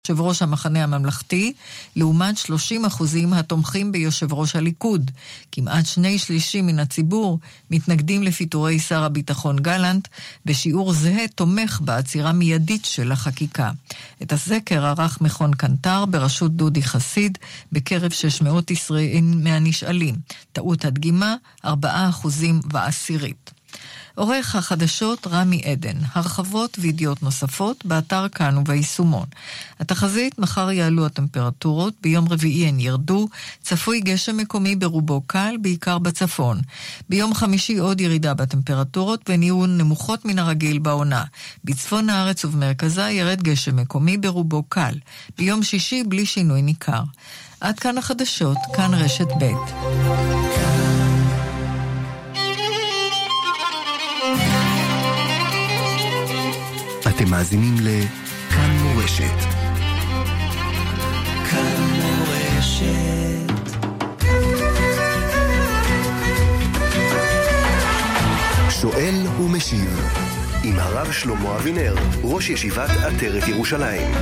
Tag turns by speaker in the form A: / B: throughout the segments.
A: יושב ראש המחנה הממלכתי, לעומת 30% התומכים ביושב ראש הליכוד. כמעט 2/3 מן הציבור מתנגדים לפיטורי שר הביטחון גלנט, ושיעור זהה תומך בעצירה מיידית של החקיקה. את הסקר ערך מכון קנטר בראשות דודי חסיד, בקרב 600 ישראלים מהנשאלים. טעות הדגימה 4.10%. עורך החדשות רמי עדן, הרחבות וידיעות נוספות באתר כאן וביישומון. התחזית, מחר יעלו הטמפרטורות, ביום רביעי הן ירדו, צפוי גשם מקומי ברובו קל, בעיקר בצפון. ביום חמישי עוד ירידה בטמפרטורות והן יהיו נמוכות מן הרגיל בעונה. בצפון הארץ ובמרכזה ירד גשם מקומי ברובו קל. ביום שישי בלי שינוי ניכר. עד כאן החדשות, כאן רשת ב'.
B: אתם מאזינים לכאן מורשת. כאן מורשת. שואל ומשיב עם הרב שלמה אבינר, ראש ישיבת עטרת ירושלים.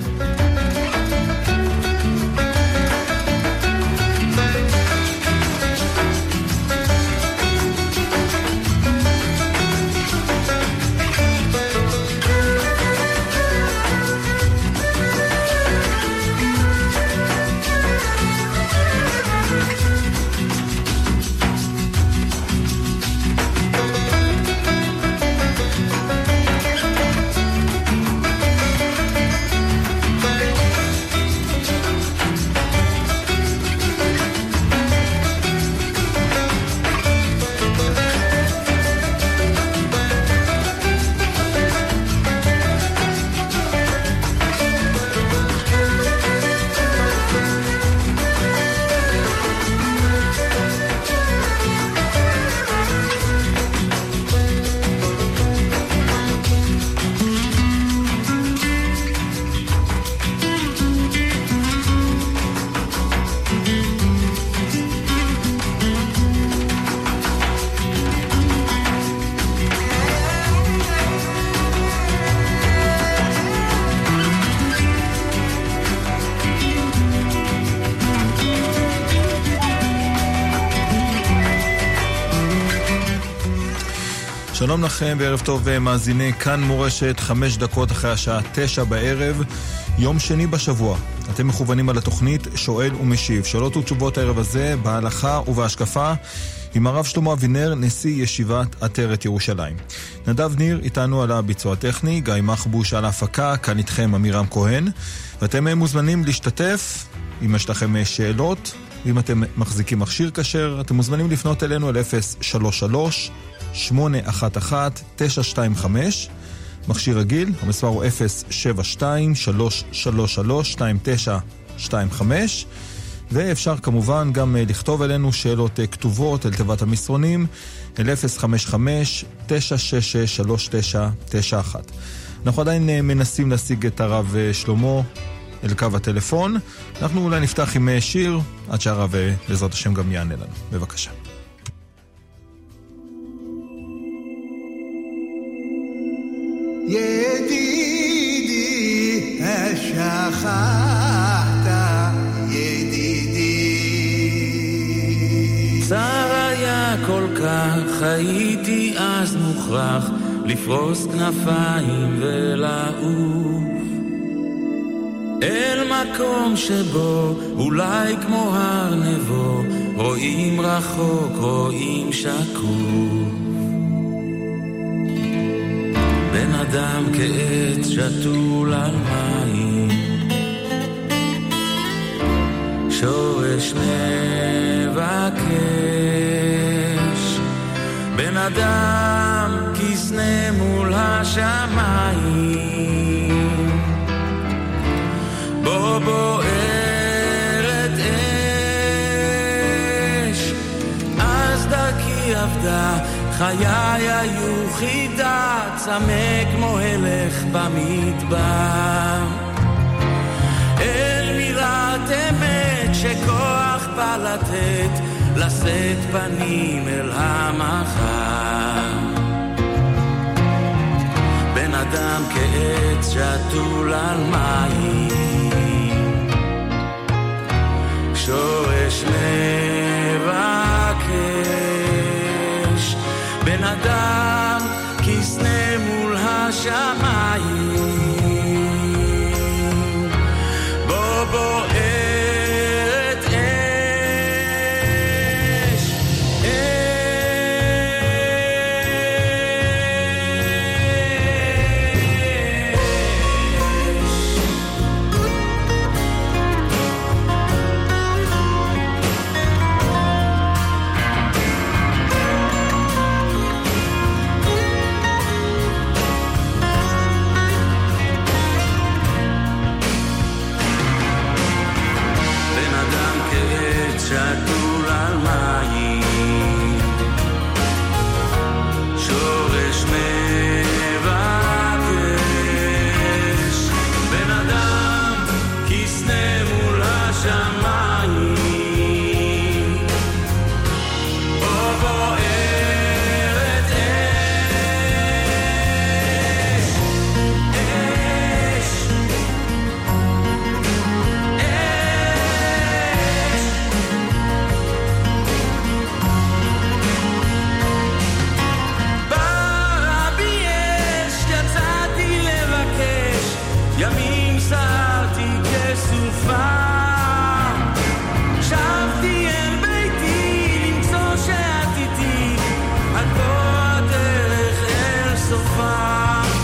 C: שלום לכם וערב טוב מאזיני כאן מורשת, 5 דקות אחרי השעה 9 בערב, יום שני בשבוע. אתם מכוונים על התוכנית שואל ומשיב. שאלות ותשובות הערב הזה בהלכה ובהשקפה עם הרב שלמה אבינר, נשיא ישיבת עטרת ירושלים. נדב ניר איתנו על הביצוע הטכני, גיא מחבוש על ההפקה, כאן איתכם אמירם כהן, ואתם מוזמנים להשתתף אם יש לכם שאלות, ואם אתם מחזיקים מכשיר כשר, אתם מוזמנים לפנות אלינו על 033-811-925, מכשיר רגיל, המספר הוא 072-333-2925, ואפשר כמובן גם לכתוב אלינו שאלות כתובות אל תיבת המסרונים, אל 055-966-3991. אנחנו עדיין מנסים להשיג את הרב שלמה אל קו הטלפון. אנחנו אולי נפתח עם שיר, עד שהרב בעזרת השם גם יענה לנו. בבקשה.
D: ידידי השכחת, ידידי צר היה כל כך, הייתי אז מוכרח לפרוס כנפיים ולעוף אל מקום שבו אולי כמו הר נבו, רואים רחוק, רואים שקוף. בן אדם כעץ שתול על מים, שורש מבקש. בן אדם כסנה מול השמיים, בו בוערת אש. אז דרכי עבדה, חיי היו חידה, צמא כמו הלך במדבר. אל מילת אמת שכוח בא לתת, לשאת פנים אל המחר. בן אדם אדם כעץ שתול על מים, שורש מבקש, בן אדם כסנה מול השמיים, בו בוערת אש, שתול על מים, שורש מבקש, בן אדם כסנה מול השמיים, בו בוערת אש, אש, ימים סערתי כסופה, שבתי אל ביתי למצוא שאת איתי, עד בוא הדרך אל סופה.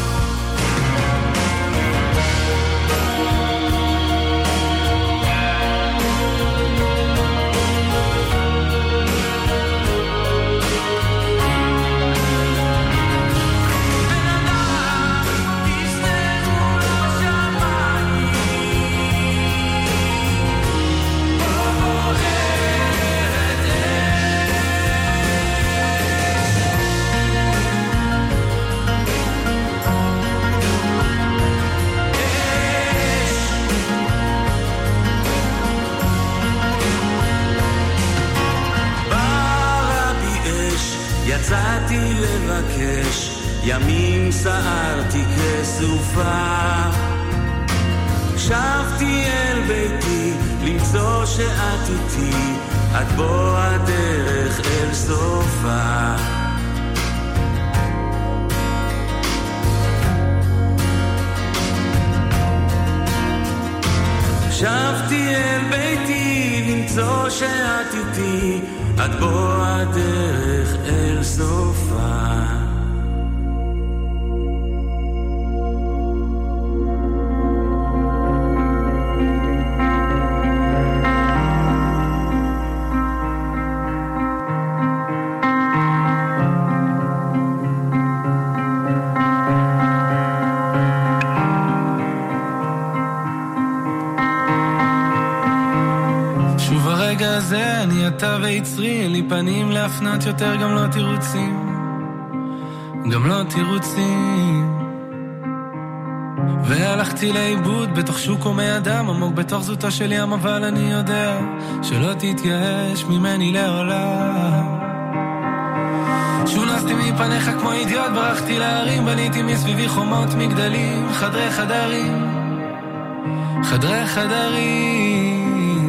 D: יצאתי לבקש, ימים סערתי כסופה, שבתי אל ביתי למצוא שאת איתי, עד בוא הדרך אל סופה. שבתי אל ביתי למצוא שאת איתי, עד בוא הדרך אל סופה.
E: אני אתה ויצרי, אין לי פנים להפנת יותר, גם לא תירוצים, גם לא תירוצים. והלכתי לאיבוד בתוך שוק הומי אדם, עמוק בתוך זאתו של ים, אבל אני יודע שלא תתייאש ממני לעולם. שונסתי מפניך כמו אידיוט, ברחתי להרים, בניתי מסביבי חומות מגדלים, חדרי חדרים, חדרי חדרים.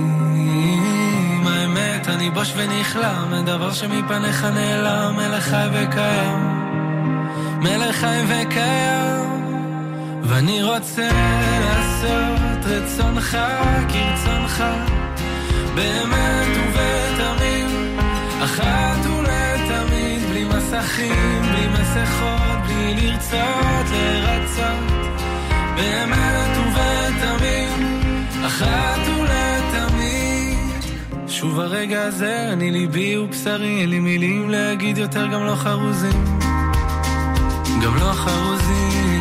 E: אני בוש ונכלם, דבר שמפניך נעלם, מלך חי וקיים, מלך חי וקיים. ואני רוצה לעשות רצונך כרצונך, באמת ובתמים, אחת ולתמיד, בלי מסכים, בלי מסכות, בלי לרצות לרצות, באמת ובתמים, אחת ולתמיד. שוב הרגע הזה, אני ליבי ובשרי, אין לי מילים להגיד יותר, גם לא חרוזים, גם לא חרוזים.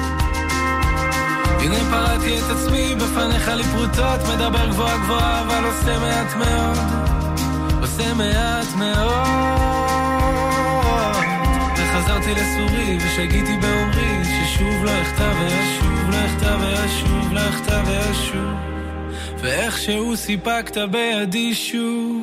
E: הנה פרעתי את עצמי בפניך לי פרוטות, מדבר גבוהה גבוהה, אבל עושה מעט מאוד, עושה מעט מאוד. וחזרתי לסורי ושגיתי באומרי, ששוב לא אכתב וישוב, לא אכתב וישוב, לא אכתב וישוב. ואיכשהו סיפקת בידי שוב,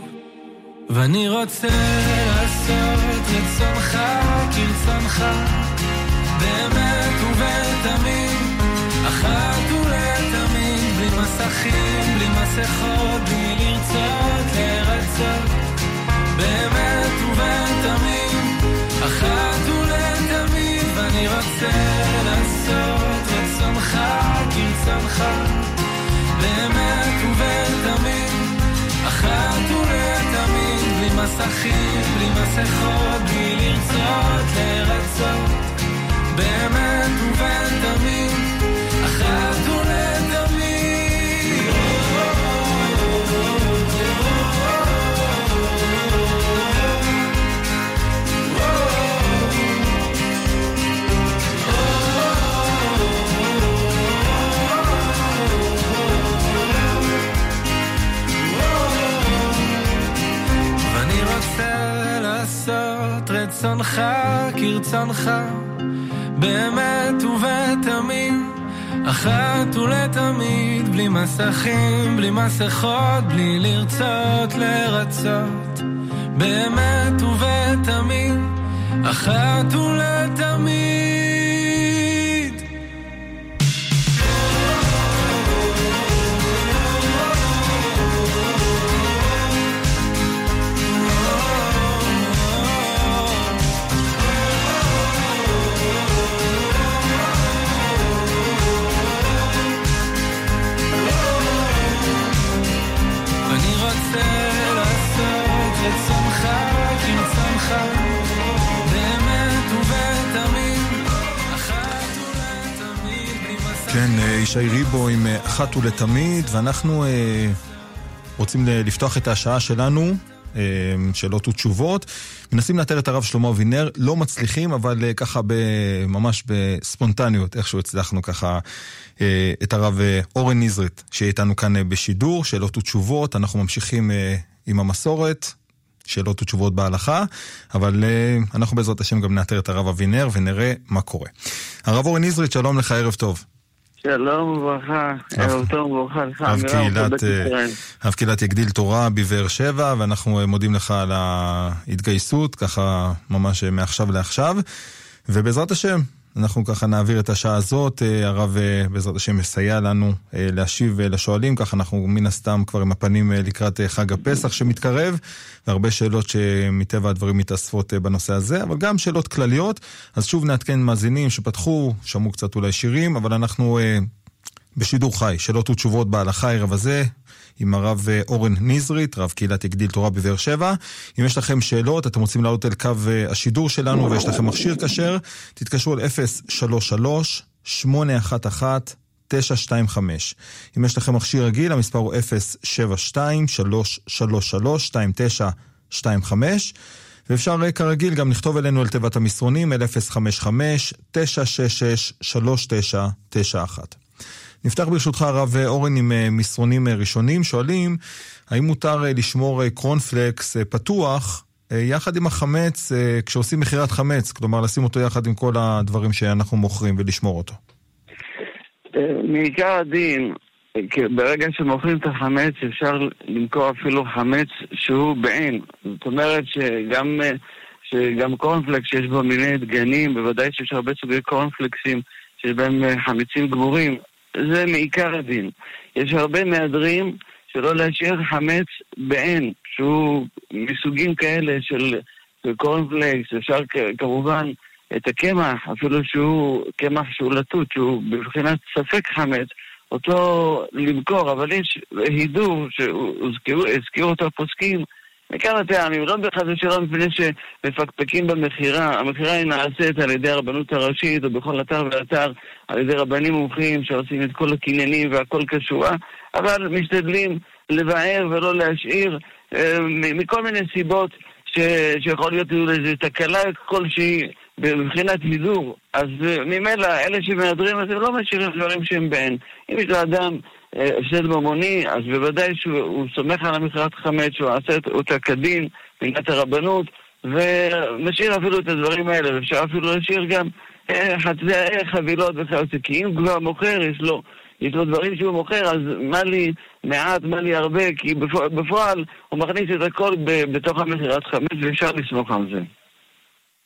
E: ואני רוצה לעשות רצונך כרצונך, באמת ובתמיד, אחת ולתמיד, בלי מסכים, בלי מסכות, בלי לרצות לרצות, באמת ובתמיד, אחת ולתמיד, ואני רוצה לעשות רצונך כרצונך, באמת ובתמיד, אחת ולתמיד, בלי מסכים, בלי מסכות, בלי לרצות לרצות, באמת ובתמיד, אחת ולתמיד. ואני רוצה לעשות רצונך כרצונך, באמת ובתמיד, אחת ולתמיד, בלי מסכים, בלי מסכות, בלי לרצות לרצות, באמת ובתמיד, אחת ולתמיד.
C: כן, ישי ריבו עם אחת ולתמיד, ואנחנו רוצים לפתוח את השעה שלנו, שאלות ותשובות. מנסים לאתר את הרב שלמה אבינר, לא מצליחים, אבל ככה ממש בספונטניות, איכשהו הצלחנו ככה את הרב אורן נזרית, שאיתנו כאן בשידור, שאלות ותשובות. אנחנו ממשיכים עם המסורת, שאלות ותשובות בהלכה, אבל אנחנו בעזרת השם גם נאתר את הרב אבינר ונראה מה קורה. הרב אורן נזרית, שלום לך, ערב טוב.
F: שלום וברכה, ערב טוב וברכה לך,
C: אב קהילת יגדיל תורה בבאר שבע, ואנחנו מודים לך על ההתגייסות, ככה ממש מעכשיו לעכשיו, ובעזרת השם, אנחנו ככה נעביר את השעה הזאת, הרב בעזרת השם מסייע לנו להשיב לשואלים, ככה אנחנו מן הסתם כבר עם הפנים לקראת חג הפסח שמתקרב, והרבה שאלות שמטבע הדברים מתאספות בנושא הזה, אבל גם שאלות כלליות. אז שוב נעדכן מאזינים שפתחו, שמעו קצת אולי שירים, אבל אנחנו בשידור חי, שאלות ותשובות בהלכה ערב הזה, עם הרב אורן נזרית, רב קהילת יגדיל תורה בבאר שבע. אם יש לכם שאלות, אתם רוצים לעלות אל קו השידור שלנו ויש לכם מכשיר כשר, תתקשרו על 033-811-925. אם יש לכם מכשיר רגיל, המספר הוא 072-333-2925, ואפשר כרגיל גם לכתוב אלינו אל תיבת המסרונים, אל 055-966-3991. נפתח ברשותך הרב אורן עם מסרונים ראשונים, שואלים האם מותר לשמור קורנפלקס פתוח יחד עם החמץ כשעושים מחירת חמץ, כלומר לשים אותו יחד עם כל הדברים שאנחנו מוכרים ולשמור אותו.
F: מעיקר הדין, ברגע שמוכרים את החמץ אפשר למכור אפילו חמץ שהוא בעין, זאת אומרת שגם קורנפלקס שיש בו מיני דגנים, בוודאי שיש הרבה סוגי קורנפלקסים שיש בהם חמיצים גמורים, זה מעיקר הדין. יש הרבה מהדרים שלא להשאיר חמץ בעין, שהוא מסוגים כאלה של קורנפלקס, אפשר כמובן את הקמח, אפילו שהוא קמח שהוא לטוט, שהוא בבחינת ספק חמץ, אותו למכור, אבל יש הידור שהזכירו אותו הפוסקים, מכאן הטעמים, לא בכלל שלא מפני שמפקפקים במחירה, המחירה היא נעשית על ידי הרבנות הראשית או בכל אתר ואתר על ידי רבנים מומחים שעושים את כל הקניינים והכל כשורה, אבל משתדלים לבאר ולא להשאיר מכל מיני סיבות שיכול להיות איזו תקלה כלשהי בבחינת הידור. אז ממילא אלה שמהדרים אז הם לא משאירים דברים שהם בהן. אם יש לאדם הפסד ממוני, אז בוודאי שהוא סומך על המכירת חמץ, שהוא עשה אותה כדין, מדינת הרבנות, ומשאיר אפילו את הדברים האלה, ואפשר אפילו להשאיר גם חבילות וכאלה, כי אם כבר מוכר, יש לו דברים שהוא מוכר, אז מה לי מעט, מה לי הרבה, כי בפועל הוא מכניס את הכל בתוך המכירת חמץ, ואפשר לסמוך על זה.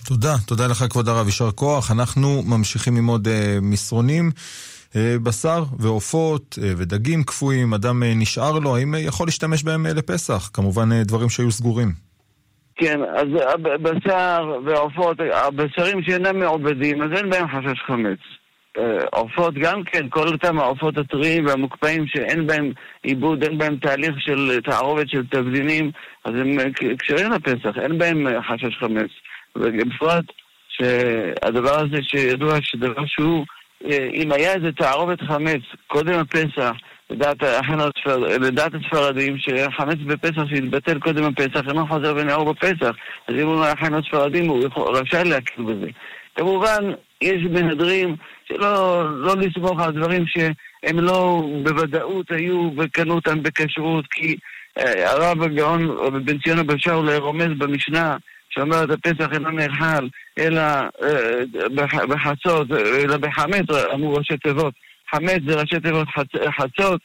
C: תודה לך כבוד הרב, יישר כוח. אנחנו ממשיכים עם עוד מסרונים. בשר ועופות ודגים קפואים, אדם נשאר לו, האם יכול להשתמש בהם לפסח? כמובן דברים שהיו סגורים.
F: כן, אז בשר ועופות, הבשרים שאינם מעובדים, אז אין בהם חשש חמץ. עופות גם כן, כל אותם העופות הטריים והמוקפאים שאין בהם עיבוד, אין בהם תהליך של תערובת של תבדינים, אז הם כשרים לפסח, אין בהם חשש חמץ. ובפרט שהדבר הזה שידוע שדבר שהוא, אם היה איזה תערובת חמץ קודם הפסח, לדעת הספרדים שחמץ בפסח שהתבטל קודם הפסח אינו חוזר ונעור בפסח, אז אם הוא היה חמץ ספרדים הוא רשאי להכיר בזה. כמובן יש מהדרים שלא לסמוך על דברים שהם לא בוודאות היו וקנו אותם בכשרות, כי הרב הגאון בן ציון הבשאר אולי רומז במשנה שאומרת הפסח אינו נאכל אלא בחצות, אלא בחמץ, אמרו ראשי תיבות, חמץ זה ראשי תיבות חצות,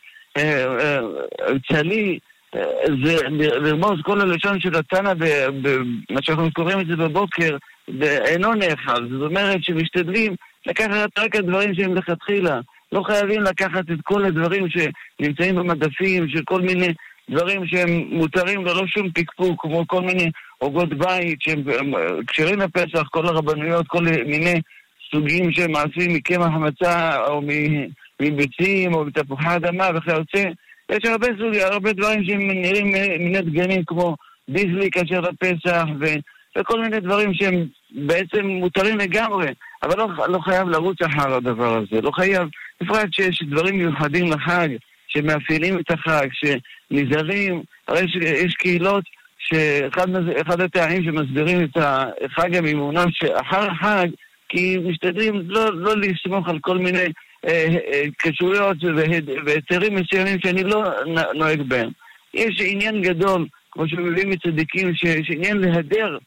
F: צלי, זה לרמוז כל הלשון של התנא, מה שאנחנו קוראים את זה בבוקר, אינו נאכל. זאת אומרת שמשתדלים לקחת רק הדברים שהם לכתחילה, לא חייבים לקחת את כל הדברים שנמצאים במדפים, של כל מיני דברים שהם מותרים ללא שום פקפוק, כמו כל מיני עוגות בית שהם כשרים לפסח, כל הרבנויות, כל מיני סוגים שהם מעשים מקמח המצה או מביצים או מתפוחי אדמה וכיוצא. יש הרבה דברים שהם נראים מיני דגנים כמו ביזלי כאשר לפסח וכל מיני דברים שהם בעצם מותרים לגמרי, אבל לא חייב לרוץ אחר הדבר הזה, לא חייב, בפרט שיש דברים מיוחדים לחג שמאפיינים את החג, שנזהרים, הרי יש קהילות שאחד הטעמים שמסבירים את החג המימונם שאחר החג, כי משתדלים לא לסמוך על כל מיני קשויות והיתרים מסוימים שאני לא נוהג בהם. יש עניין גדול, כמו שמביאים מצדיקים, שעניין להדר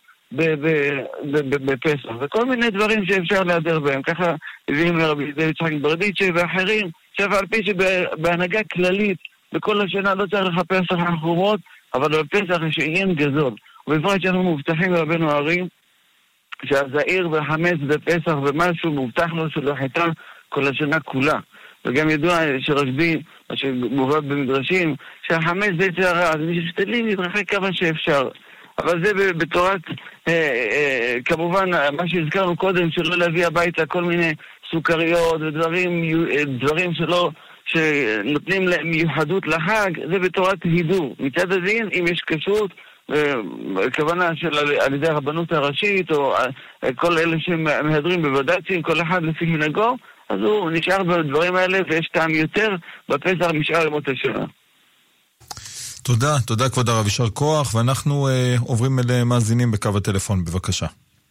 F: בפסח, וכל מיני דברים שאפשר להדר בהם. ככה מביאים לרבי יצחק ברדיצ'ה ואחרים, שאף על פי שבהנהגה כללית בכל השנה לא צריך לחפש אחר חומות, אבל בפסח יש עניין גדול. ובפרט שאנחנו מובטחים לרבנו הרים, שהזעיר והחמץ בפסח ומשהו מובטח לו שלא חטא כל השנה כולה. וגם ידוע שרשב"י, מה שמובא במדרשים, שהחמץ זה צערה, אז משתדלים להתרחק כמה שאפשר. אבל זה בתורת, כמובן, מה שהזכרנו קודם, שלא להביא הביתה כל מיני סוכריות ודברים שנותנים מיוחדות לחג, זה בתורת הידור. מצד הדין, אם יש כשרות, כוונה של על ידי הרבנות הראשית, או כל אלה שמהדרים בוודאצים, כל אחד לפי מנהגו, אז הוא נשאר בדברים האלה, ויש טעם יותר בפסח משאר ימות השנה.
C: תודה כבוד הרב, יישר כוח, ואנחנו עוברים אל מאזינים בקו הטלפון, בבקשה.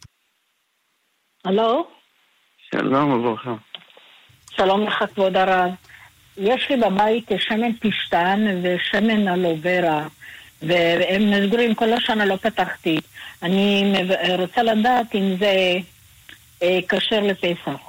G: הלו?
F: שלום וברכה.
G: שלום לך כבוד הרב. יש לי בבית שמן פשטן ושמן אלוברה, והם נסגרים כל השנה, לא פתחתי. אני רוצה לדעת אם זה כשר לפסח.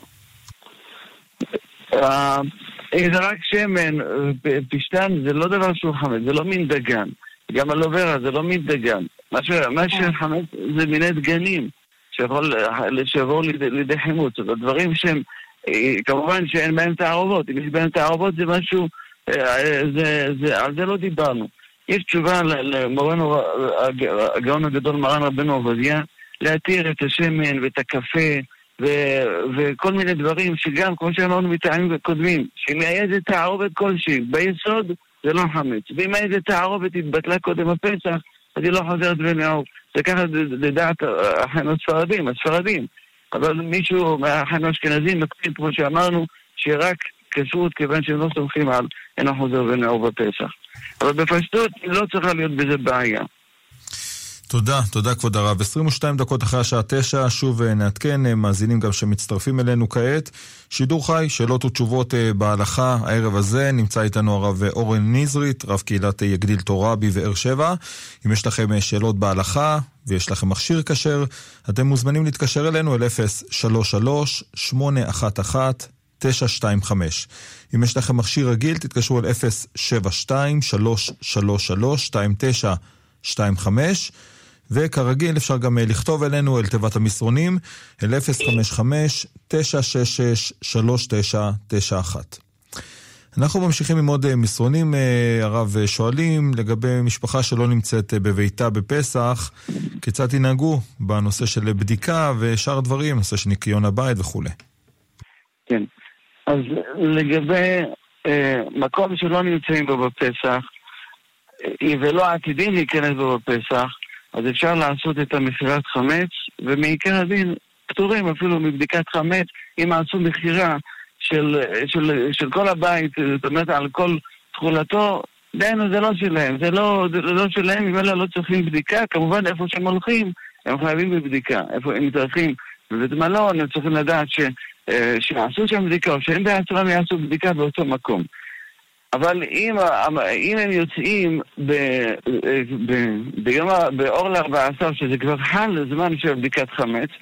F: זה רק שמן, פשטן זה לא דבר שהוא חמץ, זה לא מין דגן. גם אלוברה זה לא מין דגן. מה שחמץ זה מיני דגנים שיבואו לידי חימוץ. אבל דברים שהם, כמובן שאין בהם תערובות. אם יש בהם תערובות זה משהו, על זה לא דיברנו. יש תשובה למורן הגאון הגדול מרן רבנו עובדיה, להתיר את השמן ואת הקפה וכל מיני דברים שגם, כמו שאמרנו מטעמים קודמים, שאם היה איזה תערובת כלשהי ביסוד, זה לא חמץ. ואם היה איזה תערובת התבטלה קודם הפסח, אז היא לא חוזרת ונעור. זה ככה לדעת אחינו הספרדים. אבל מישהו מהאחינו האשכנזים מקפיד, כמו שאמרנו, שרק כשרות כיוון שהם לא סומכים על אינו חוזר ונעור בפסח. אבל בפשטות לא צריכה להיות בזה בעיה.
C: תודה כבוד הרב. 22 דקות אחרי השעה 9, שוב נעדכן, מאזינים גם שמצטרפים אלינו כעת. שידור חי, שאלות ותשובות בהלכה, הערב הזה נמצא איתנו הרב אורן נזרית, רב קהילת יגדיל תורה בבאר שבע. אם יש לכם שאלות בהלכה ויש לכם מכשיר כשר, אתם מוזמנים להתקשר אלינו אל 033-811-925. אם יש לכם מכשיר רגיל, תתקשרו אל 072-333-2925. וכרגיל אפשר גם לכתוב אלינו אל תיבת המסרונים, אל 055-966-3991. אנחנו ממשיכים עם עוד מסרונים. הרב, שואלים לגבי משפחה שלא נמצאת בביתה בפסח, כיצד ינהגו בנושא של בדיקה ושאר דברים, נושא של ניקיון הבית וכו'.
F: כן, אז לגבי מקום שלא נמצאים בו בפסח, ולא עתידים להיכנס בו בפסח, אז אפשר לעשות את המכירת חמץ, ומעיקר הדין פטורים אפילו מבדיקת חמץ, אם עשו מכירה של כל הבית, זאת אומרת על כל תכולתו, דיינו זה לא שלהם, זה לא שלהם, אם אלה לא צריכים בדיקה, כמובן איפה שהם הולכים, הם חייבים בבדיקה, איפה הם מתארחים בבית מלון, הם צריכים לדעת שעשו שם בדיקה, או שהם בעצמם יעשו בדיקה באותו מקום. אבל אם הם יוצאים באור ל-14, שזה כבר חל זמן של בדיקת חמץ,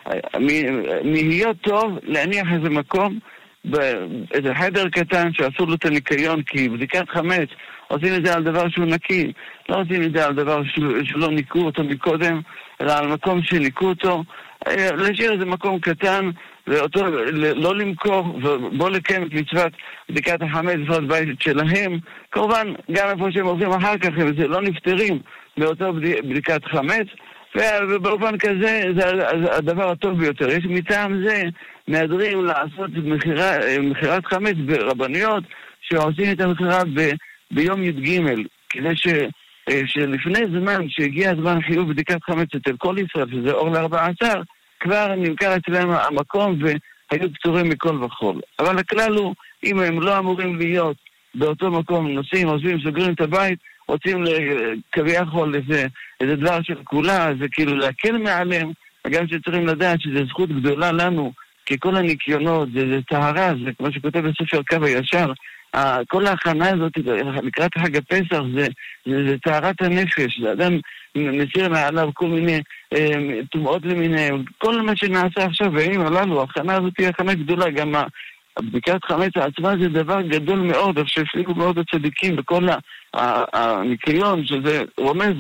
F: מהיות טוב להניח איזה מקום, באיזה חדר קטן שאסור לו את הניקיון, כי בדיקת חמץ עושים את זה על דבר שהוא נקי, לא עושים את זה על דבר שלא ניקו אותו מקודם, אלא על מקום שניקו אותו, להשאיר איזה מקום קטן, ואותו לא למכור, ובוא לקיים את מצוות בדיקת החמץ בפרט בית שלהם, כמובן גם איפה שהם עובדים אחר כך, הם לא נפטרים באותו בדיקת חמץ, ובאופן כזה זה הדבר הטוב ביותר. יש מטעם זה נהדרים לעשות מכירת חמץ ברבניות שעושים את המכירה ביום י"ג, כדי שלפני זמן שהגיע הזמן חיוב בדיקת חמץ אצל כל ישראל, שזה אור ל-14, כבר נמכר אצלם המקום והיו פטורים מכל וכל. אבל הכלל הוא, אם הם לא אמורים להיות באותו מקום, נוסעים, עוזבים, סוגרים את הבית, רוצים כביכול איזה דבר של כולה, זה כאילו להקל מעליהם, וגם שצריכים לדעת שזה זכות גדולה לנו, כי כל הניקיונות, זה טהרה, זה כמו שכותב בספר קו הישר, כל ההכנה הזאת לקראת חג הפסח זה טהרת הנפש, זה אדם מסיר מעליו כל מיני טומאות למיניהם, כל מה שנעשה עכשיו בימים הללו, ההכנה הזאת היא הכנה גדולה, גם בדיקת חמץ עצמה זה דבר גדול מאוד, שהפליגו מאוד הצדיקים בכל הניקיון, שזה רומז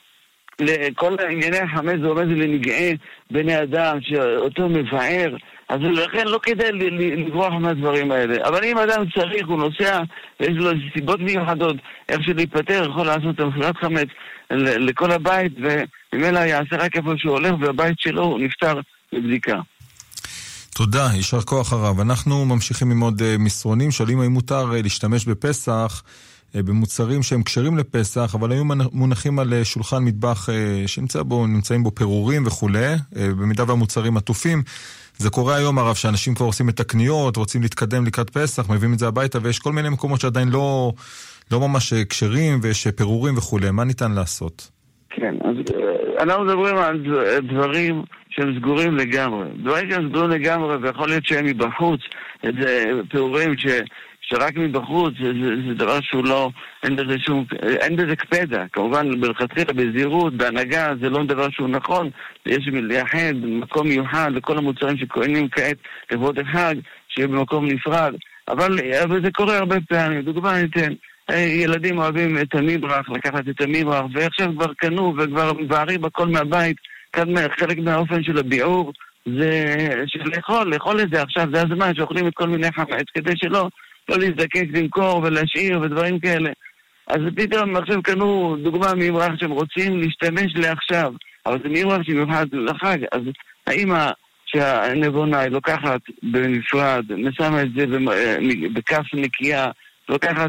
F: לכל ענייני החמץ, זה רומז לנגעי בני אדם שאותו מבאר, אז לכן לא כדאי לברוח מהדברים האלה. אבל אם אדם צריך, הוא נוסע, ויש לו סיבות מיוחדות, איך שלהיפטר, יכול לעשות את מכירת חמץ לכל הבית, וממילא יעשה רק איפה שהוא הולך, והבית שלו הוא נפטר בבדיקה.
C: תודה, יישר כוח הרב. אנחנו ממשיכים עם עוד מסרונים, שואלים האם מותר להשתמש בפסח, במוצרים שהם קשרים לפסח, אבל היו מונחים על שולחן מטבח שנמצאים בו פירורים וכו', במידה והמוצרים עטופים. זה קורה היום הרב, שאנשים כבר עושים את הקניות, רוצים להתקדם לקראת פסח, מביאים את זה הביתה, ויש כל מיני מקומות שעדיין לא ממש קשרים, ויש פירורים וכו'. מה ניתן לעשות? כן,
F: אז אנחנו מדברים על דברים שהם סגורים לגמרי. דברים שהם סגורים לגמרי, ויכול להיות שהם מבחוץ, זה פירורים שרק מבחוץ, זה דבר שהוא לא, אין בזה קפדה. כמובן, בלכתחילה, בזהירות, בהנהגה, זה לא דבר שהוא נכון. יש לייחד מקום מיוחד לכל המוצרים שכהנים כעת לכבוד החג, שיהיה במקום נפרד. אבל זה קורה הרבה פעמים. דוגמה ניתן, ילדים אוהבים את המברח, לקחת את המברח, ועכשיו כבר קנו וכבר מבערים הכל מהבית. חלק מהאופן של הביעור זה של לאכול את זה עכשיו, זה הזמן שאוכלים את כל מיני חמץ, כדי שלא להזדקק למכור ולהשאיר ודברים כאלה. אז פתאום עכשיו קנו דוגמה ממברח שהם רוצים להשתמש לעכשיו, אבל זה ממברח שמיוחד לחג. אז האמא שהנבונה היא לוקחת בנפרד, משמה את זה בכף נקייה, לוקחת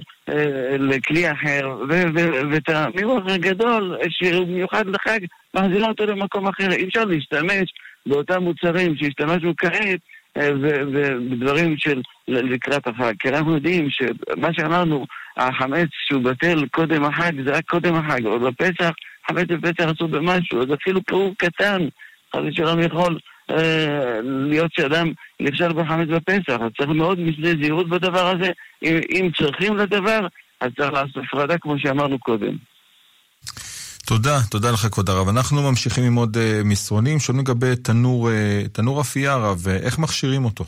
F: לכלי אחר, ואת המברח הגדול שמיוחד לחג, מחזירה אותו למקום אחר. אי אפשר להשתמש באותם מוצרים שהשתמשנו כעת, ובדברים של לקראת החג. כי אנחנו יודעים שמה שאמרנו, החמץ שהוא בטל קודם החג, זה רק קודם החג, או בפסח, חמץ בפסח עשו במשהו, אז אפילו פירור קטן, חד ושלום יכול להיות שאדם נכשל בחמץ בפסח, אז צריך מאוד משנה זהירות בדבר הזה. אם צריכים לדבר, אז צריך לעשות הפרדה כמו שאמרנו קודם.
C: תודה לך כבוד הרב. אנחנו ממשיכים עם עוד מסרונים, שואלים לגבי תנור אפייה הרב, איך מכשירים אותו?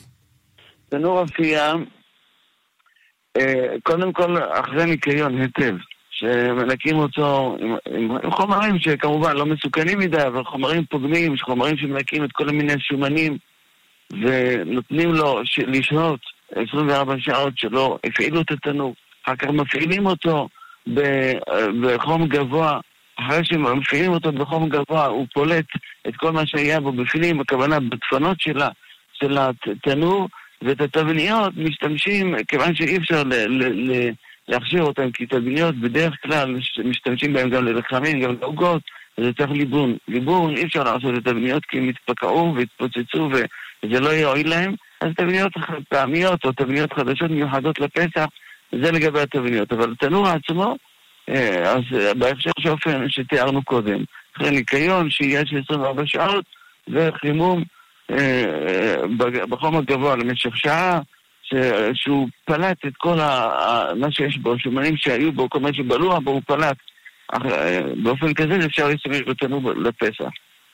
F: תנור אפייה, קודם כל אחרי ניקיון היטב שמנקים אותו עם חומרים שכמובן לא מסוכנים מדי, אבל חומרים פוגמים, חומרים שמנקים את כל מיני שומנים, ונותנים לו לשהות 24 שעות שלא הפעילו את התנור. אחר כך מפעילים אותו בחום גבוה. אחרי שמפעילים אותו בחום גבוה, הוא פולט את כל מה שהיה בו בפנים, הכוונה בדפנות של התנור, ואת התבניות משתמשים, כיוון שאי אפשר להכשיר אותם, כי תבניות בדרך כלל משתמשים בהם גם ללחמים, גם לעוגות, אז זה צריך ליבון. ליבון אי אפשר לעשות את התבניות כי הם יתפקעו והתפוצצו וזה לא יועיל להם, אז תבניות פעמיות או תבניות חדשות מיוחדות לפסח, זה לגבי התבניות. אבל התנור עצמו, אז בהקשר שאופן שתיארנו קודם, אחרי ניקיון שיהיה של 24 שעות וחימום בחום הגבוה למשך שעה, שהוא פלט את כל מה שיש בו, שומנים שהיו בו, כל מה שבלוע בו הוא פלט. באופן כזה אפשר להשתמש בתנור לפסח.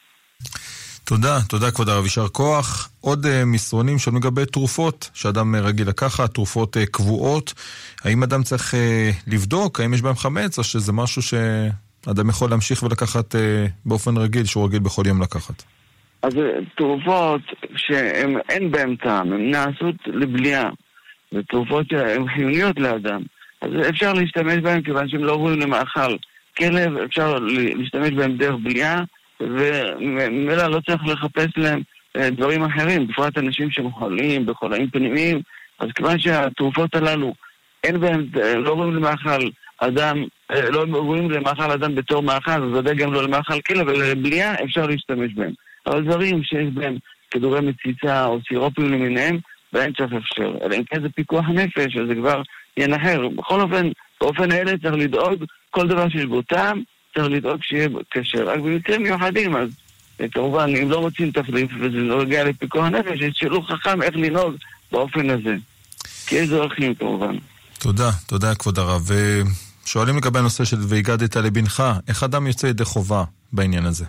C: תודה כבוד הרב, יישר כוח. עוד מסרונים שלנו לגבי תרופות שאדם רגיל לקחת, תרופות קבועות. האם אדם צריך לבדוק, האם יש בהם חמץ, או שזה משהו שאדם יכול להמשיך ולקחת באופן רגיל, שהוא רגיל בכל יום לקחת?
F: אז תרופות שאין בהם טעם, הן נעשות לבליעה, ותרופות שהן חיוניות לאדם, אז אפשר להשתמש בהם כיוון שהם לא ראויים למאכל כלב, אפשר להשתמש בהם דרך בליעה, וממילא לא צריך לחפש להם דברים אחרים, בפרט אנשים שמחולים בחולאים פנימיים, אז כיוון שהתרופות הללו אין בהם, לא ראויים למאכל אדם, לא ראויים למאכל אדם בתור מאכל, אז ודאי גם לא למאכל כלב, אלא לבליעה אפשר להשתמש בהם. אבל דברים שיש בהם כדורי מציצה או סירופים למיניהם, ואין צריך אפשר. אלא אם כן זה פיקוח נפש, אז זה כבר ינחר. בכל אופן, באופן האלה צריך לדאוג, כל דבר שיש בו טעם, צריך לדאוג שיהיה קשר. רק במקרים מיוחדים, אז כמובן, אם לא מוצאים תחליף, וזה לא רגיע לפיקוח נפש, יש שילוך חכם איך לנהוג באופן הזה. כי איזה ערכים כמובן.
C: תודה כבוד הרב. ושואלים לגבי הנושא של והגדת לבנך, איך אדם יוצא ידי חובה בעניין הזה?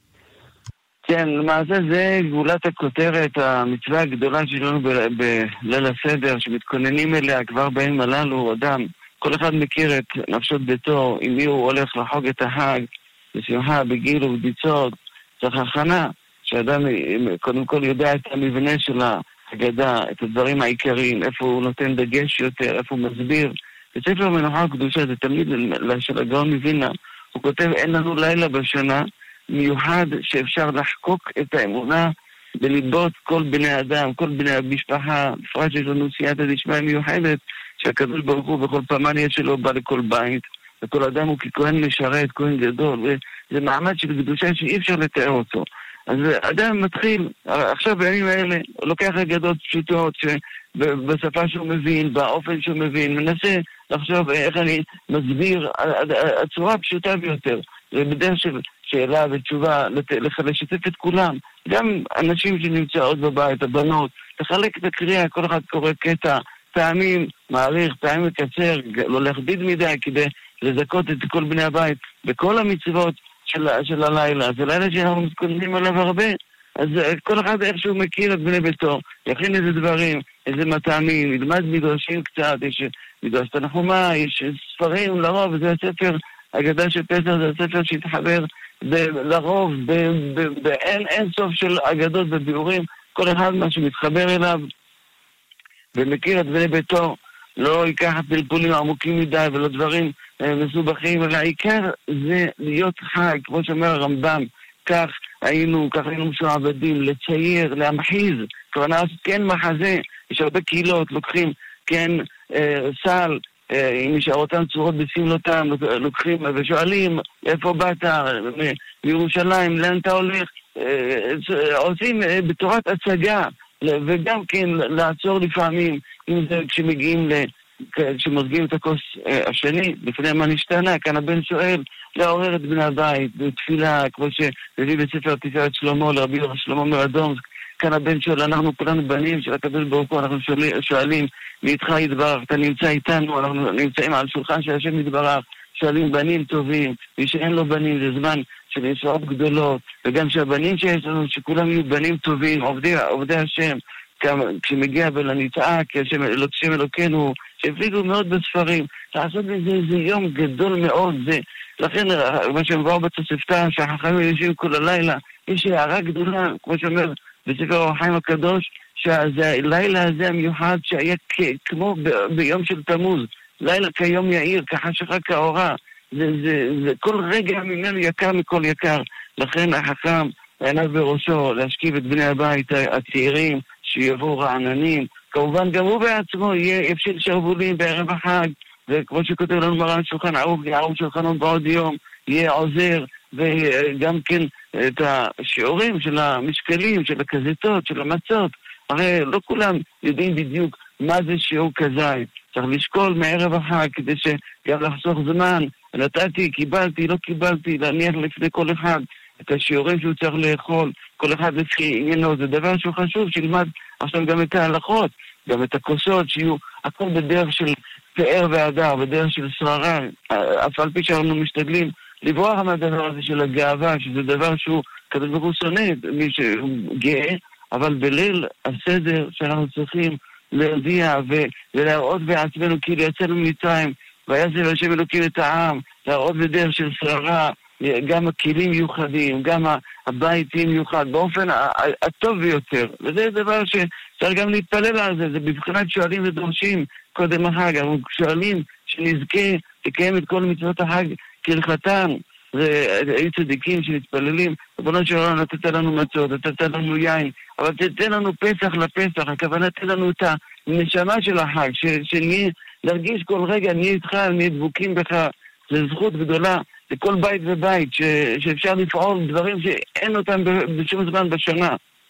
F: כן, למעשה זה גבולת הכותרת, המצווה הגדולה שלנו בליל הסדר, שמתכוננים אליה כבר בימים הללו, אדם, כל אחד מכיר את נפשות ביתו, עם מי הוא הולך לחוג את החג, בשמחה, בגיל ובביצות, צריך הכנה, שאדם קודם כל יודע את המבנה של ההגדה, את הדברים העיקריים, איפה הוא נותן דגש יותר, איפה הוא מסביר. בספר מנוחה הקדושה, זה תמיד של הגאון מווילנה, הוא כותב, אין לנו לילה בשנה, מיוחד שאפשר לחקוק את האמונה בליבות כל בני אדם, כל בני המשפחה, בפרט שיש לנו סייעתא דשמיא מיוחדת, שהקדוש ברוך הוא בכל פמליה שלו בא לכל בית, וכל אדם הוא ככהן משרת, כהן גדול, וזה מעמד של קדושה שאי אפשר לתאר אותו. אז אדם מתחיל, עכשיו בימים האלה, הוא לוקח אגדות פשוטות, בשפה שהוא מבין, באופן שהוא מבין, מנסה לחשוב איך אני מסביר, הצורה הפשוטה ביותר, ובדרך של שאלה ותשובה, לשתף את כולם, גם אנשים שנמצאות בבית, הבנות, לחלק את הקריאה, כל אחד קורא קטע, פעמים מעריך, פעמים מקצר, לא להכביד מדי, כדי לזכות את כל בני הבית, בכל המצוות של הלילה. זה לילה שאנחנו מתכוננים עליו הרבה, אז כל אחד איכשהו מכיר את בני ביתו, יכין איזה דברים, איזה מטעמים, ילמד מדרשים קצת, יש מדרש תנחומה, יש ספרים לרוב, וזה הספר, הגדה של פסח זה הספר שהתחבר לרוב, באין סוף של אגדות וביאורים, כל אחד מה שמתחבר אליו ומכיר את בני ביתו, לא ייקח פלפולים עמוקים מדי ולא דברים מסובכים, אלא העיקר זה להיות חי, כמו שאומר הרמב"ם, כך היינו משועבדים, לצייר, להמחיז, כוונה לעשות כן מחזה, יש הרבה קהילות, לוקחים כן סל, אם נשארותם צורות בסמלותם, לוקחים ושואלים איפה באת, מירושלים, לאן אתה הולך, עושים בתורת הצגה, וגם כן לעצור לפעמים, אם זה כשמוזגים את הכוס השני, לפני מה נשתנה, כאן הבן שואל, לעורר את בני הבית, בתפילה, כמו שהביא בספר תפארת שלמה, לרבי שלמה מרדומסק, כאן הבן שואל, אנחנו כולנו בנים של הקדוש ברוך הוא, אנחנו שואלים, ואיתך יתברך, אתה נמצא איתנו, אנחנו נמצאים על שולחן של השם יתברך, שואלים בנים טובים, ושאין לו בנים, זה זמן של ישועות גדולות, וגם שהבנים שיש לנו, שכולם יהיו בנים טובים, עובדי השם, כשמגיע ולנצעק, שם אלוקינו, שהפליגו מאוד בספרים, לעשות בזה איזה יום גדול מאוד, לכן מה שמבואר בתוספתא, שהחכמים יושבים כל הלילה, יש הערה גדולה, כמו שאומר בספר אור החיים הקדוש, שהלילה הזה המיוחד שהיה כמו ביום של תמוז, לילה כיום יאיר, כחשכה כאורה, זה כל רגע ממנו יקר מכל יקר. לכן החכם עיניו בראשו להשכיב את בני הבית הצעירים שיבואו רעננים, כמובן גם הוא בעצמו יהיה יפשיל שרוולים בערב החג, וכמו שכותב לנו מרן שולחן ערוך, יערוך שולחנות בעוד יום, יהיה עוזר, וגם כן את השיעורים של המשקלים, של הכזיתות, של המצות. הרי לא כולם יודעים בדיוק מה זה שיעור כזית. צריך לשקול מערב החג כדי שגם לחסוך זמן. נתתי, קיבלתי, לא קיבלתי, להניח לפני כל אחד את השיעורים שהוא צריך לאכול, כל אחד לפי עניינו. זה דבר שהוא חשוב, שילמד עכשיו גם את ההלכות, גם את הכוסות, שיהיו הכל בדרך של פאר והדר, בדרך של שררה, אף על פי שאנחנו משתדלים לברוח מהדבר הזה של הגאווה, שזה דבר שהוא כזה ברוך הוא שונא, מי שהוא גאה, אבל בליל הסדר שאנחנו צריכים להודיע ולהראות בעצמנו כאילו יצאנו ממצרים, ויעשה השם אלוקים את העם, להראות בדרך של שררה, גם הכלים מיוחדים, גם הבית יהיה מיוחד, באופן הטוב ביותר. וזה דבר שצריך גם להתפלל על זה, זה בבחינת שואלים ודורשים קודם החג, אנחנו שואלים שנזכה לקיים את כל מצוות החג כהלכתן. היו צדיקים שנתפללים, ריבונו של עולם, נתת לנו מצות, נתת לנו יין, אבל תתן לנו פסח לפסח, הכוונה תתן לנו את הנשמה של החג, שנהיה, להרגיש כל רגע, נהיה איתך, נהיה דבוקים בך, זו זכות גדולה לכל בית ובית, שאפשר לפעול דברים שאין אותם בשום זמן בשנה.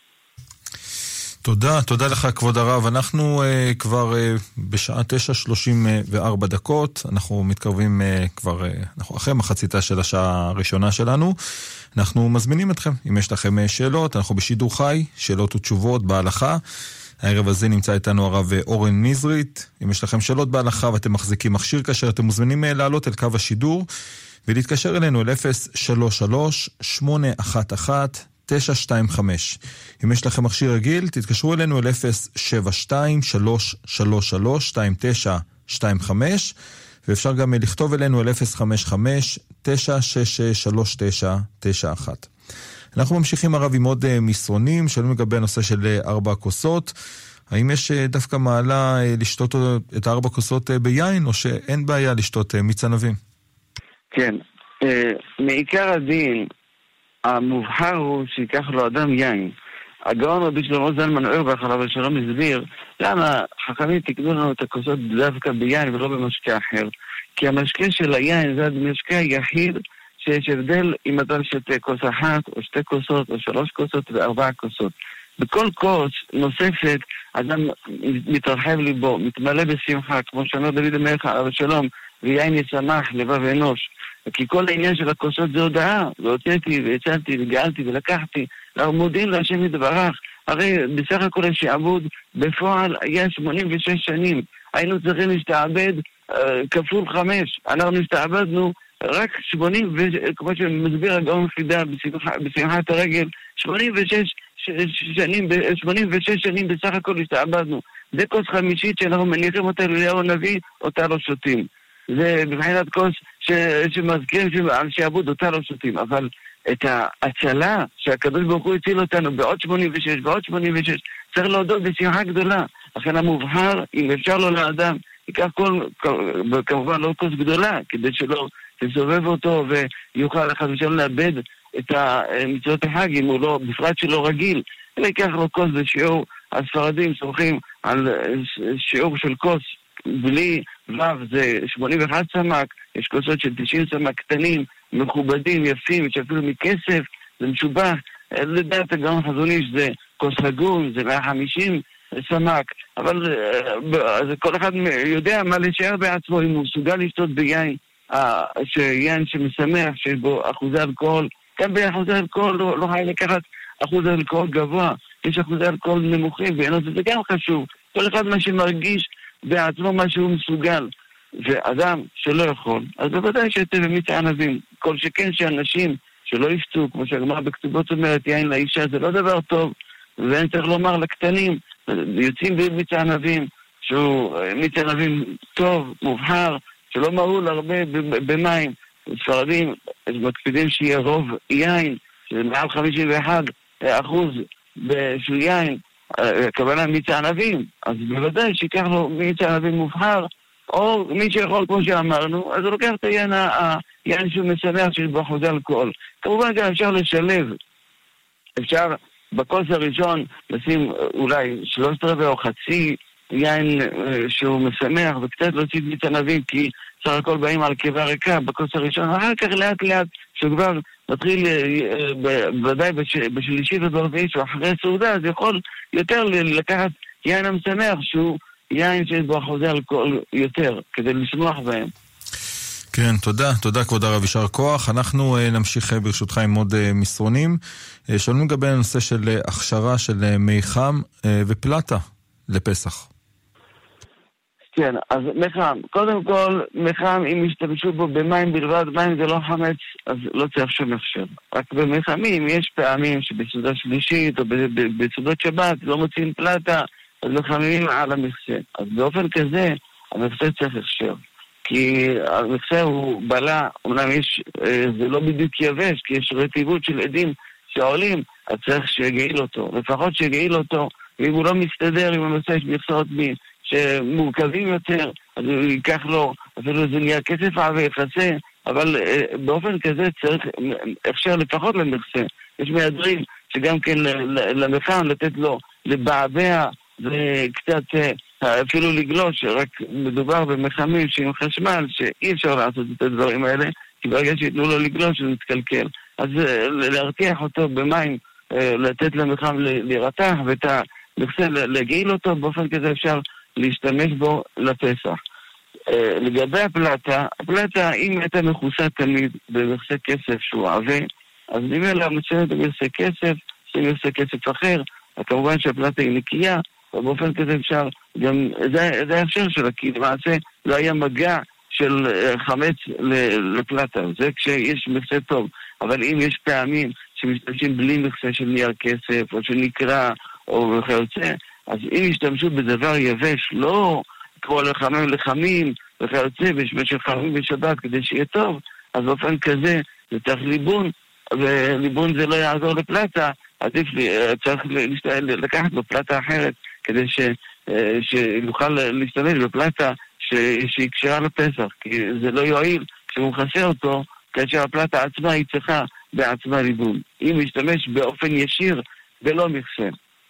C: תודה לך כבוד הרב. אנחנו כבר בשעה 9:34, אנחנו מתקרבים אנחנו אחרי מחציתה של השעה הראשונה שלנו. אנחנו מזמינים אתכם, אם יש לכם שאלות, אנחנו בשידור חי, שאלות ותשובות בהלכה. הערב הזה נמצא איתנו הרב אורן נזרית. אם יש לכם שאלות בהלכה ואתם מחזיקים מכשיר כשר, אתם מוזמנים לעלות אל קו השידור ולהתקשר אלינו אל 033-811-925. אם יש לכם מכשיר רגיל, תתקשרו אלינו אל 072-333-2925, ואפשר גם לכתוב אלינו אל 055-966-3991. אנחנו ממשיכים הרב עם עוד מסרונים, שאלו לגבי הנושא של 4 כוסות. האם יש דווקא מעלה לשתות את 4 כוסות ביין, או שאין בעיה לשתות מיץ ענבים?
F: כן, מעיקר הדין, המובחר הוא שיקח לו אדם יין. הגאון רבי שלמה זלמן אוירבך עליו השלום הסביר למה חכמים תקנו לנו את הכוסות דווקא ביין ולא במשקה אחר. כי המשקה של היין זה המשקה היחיד שיש הבדל אם אתה שותה כוס אחת או 2 כוסות או 3 כוסות ו4 כוסות. בכל כוס נוספת אדם מתרחב ליבו, מתמלא בשמחה, כמו שאומר דוד המלך עליו השלום, ויין ישמח לבב אנוש. כי כל העניין של הכוסות זה הודעה, והוצאתי והצלתי וגאלתי ולקחתי, אנחנו מודים להשם יתברך. הרי בסך הכל השעבוד בפועל היה 86 שנים, היינו צריכים להשתעבד כפול 5, אנחנו השתעבדנו רק 80, כמו שמסביר הגאון חידה בשמחת הרגל, 86 שנים בסך הכל השתעבדנו. זה כוס חמישית שאנחנו מניחים אותה לאליהו הנביא, אותה לא שותים. זה בבחינת כוס שמזכירים על שעבוד אותה לא שותים, אבל את ההצלה שהקדוש ברוך הוא הציל אותנו בעוד 86, בעוד 86, צריך להודות בשמחה גדולה. לכן המובחר, אם אפשר לו לאדם, ייקח כמובן לא כוס גדולה, כדי שלא תסובב אותו ויוכל אחד ושלום לאבד את מצוות החג, אם הוא לא, בפרט שלא רגיל, אלא ייקח לו כוס בשיעור. הספרדים סומכים על שיעור של כוס בלי וו, זה 81 סמ"ק, יש כוסות של 90 סמ"ק קטנים, מכובדים, יפים, שאפילו מכסף, זה משובח. לדעת הגאון חזון איש זה כוס הגון, זה 150 סמ"ק, אבל כל אחד יודע מה לשער בעצמו, אם הוא מסוגל לשתות ביין, שיין שמשמח, שיש בו אחוזי אלכוהול. גם באחוזי אלכוהול לא חייב לקחת אחוז אלכוהול גבוה, יש אחוזי אלכוהול נמוכים, וזה גם חשוב. כל אחד מה שמרגיש בעצמו מה שהוא מסוגל, ואדם שלא יכול, אז בוודאי שאתה במיץ ענבים. כל שכן שאנשים שלא יפצו, כמו שהגמרא בכתובות אומרת, יין לאישה זה לא דבר טוב, ואין צריך לומר לקטנים, יוצאים במיץ הענבים, שהוא מיץ ענבים טוב, מובחר, שלא מהול הרבה במים. ספרדים מקפידים שיהיה רוב יין, שמעל 51% של יין, הכוונה מיץ הענבים, אז בוודאי שיקח לו מיץ הענבים מובחר, או מי שיכול, כמו שאמרנו, אז הוא לוקח את היין שהוא משמח שיש בו אחוזי אלכוהול. כמובן גם אפשר לשלב, אפשר בכוס הראשון לשים אולי 3/4 או חצי יין שהוא משמח, וקצת להוציא מיץ ענבים, כי סך הכל באים על קיבה ריקה בכוס הראשון, אחר כך לאט לאט שכבר מתחיל ודאי בשלישי וברביעי שאחרי סעודה, אז יכול יותר לקחת יין המשמח שהוא יין שיש בו אחוזי אלכוהול יותר, כדי לשמוח בהם.
C: כן, תודה כבוד הרב, יישר כוח. אנחנו נמשיך ברשותך עם עוד מסרונים. שואלים לגבי הנושא של הכשרה של מי חם ופלטה לפסח.
F: כן, אז מחם, קודם כל, מחם, אם ישתמשו בו במים בלבד, מים זה לא חמץ, אז לא צריך שום הכשר. רק במחמים יש פעמים שבסעודה שלישית או בסעודות שבת לא מוצאים פלטה, אז מחממים על המכסה. אז באופן כזה, המכסה צריך הכשר. כי המכסה הוא בלה, אומנם זה לא בדיוק יבש, כי יש רטיבות של עדים שעולים, אז צריך שיגעיל אותו. לפחות שיגעיל אותו, ואם הוא לא מסתדר עם המכסה, יש מכסות שמורכבים יותר, אז הוא ייקח לו, אפילו זה נהיה כסף ויחסה, אבל באופן כזה צריך, אפשר לפחות למכסה. יש מהדרים שגם כן למחם לתת לו לבעבע וקצת אפילו לגלוש, רק מדובר במחמים שעם חשמל שאי אפשר לעשות את הדברים האלה, כי ברגע שיתנו לו לגלוש הוא מתקלקל. אז להרתיח אותו במים, לתת למחם להירתח ואת המכסה להגעיל אותו, באופן כזה אפשר להשתמש בו לפסח. לגבי הפלטה, אם הייתה מכוסה תמיד במכסה כסף שהוא עבה, אז נראה לה מציינת במכסה כסף, שמכסה כסף אחר, כמובן שהפלטה היא נקייה, ובאופן כזה אפשר, גם זה האפשר שלה, כי למעשה לא היה מגע של חמץ לפלטה, זה כשיש מכסה טוב, אבל אם יש פעמים שמשתמשים בלי מכסה של נייר כסף, או של נקרא, או וכיוצא, אז אם ישתמשו בדבר יבש, לא כמו לחמים וכיוצא, במשך חמים בשבת כדי שיהיה טוב, אז באופן כזה זה צריך ליבון, וליבון זה לא יעזור לפלטה, עדיף צריך לקחת לו פלטה אחרת, כדי שיוכל להשתמש בפלטה שהיא קשרה לפסח, כי זה לא יועיל כשהוא חסר אותו, כאשר הפלטה עצמה היא צריכה בעצמה ליבון. אם ישתמש באופן ישיר ולא מכסה.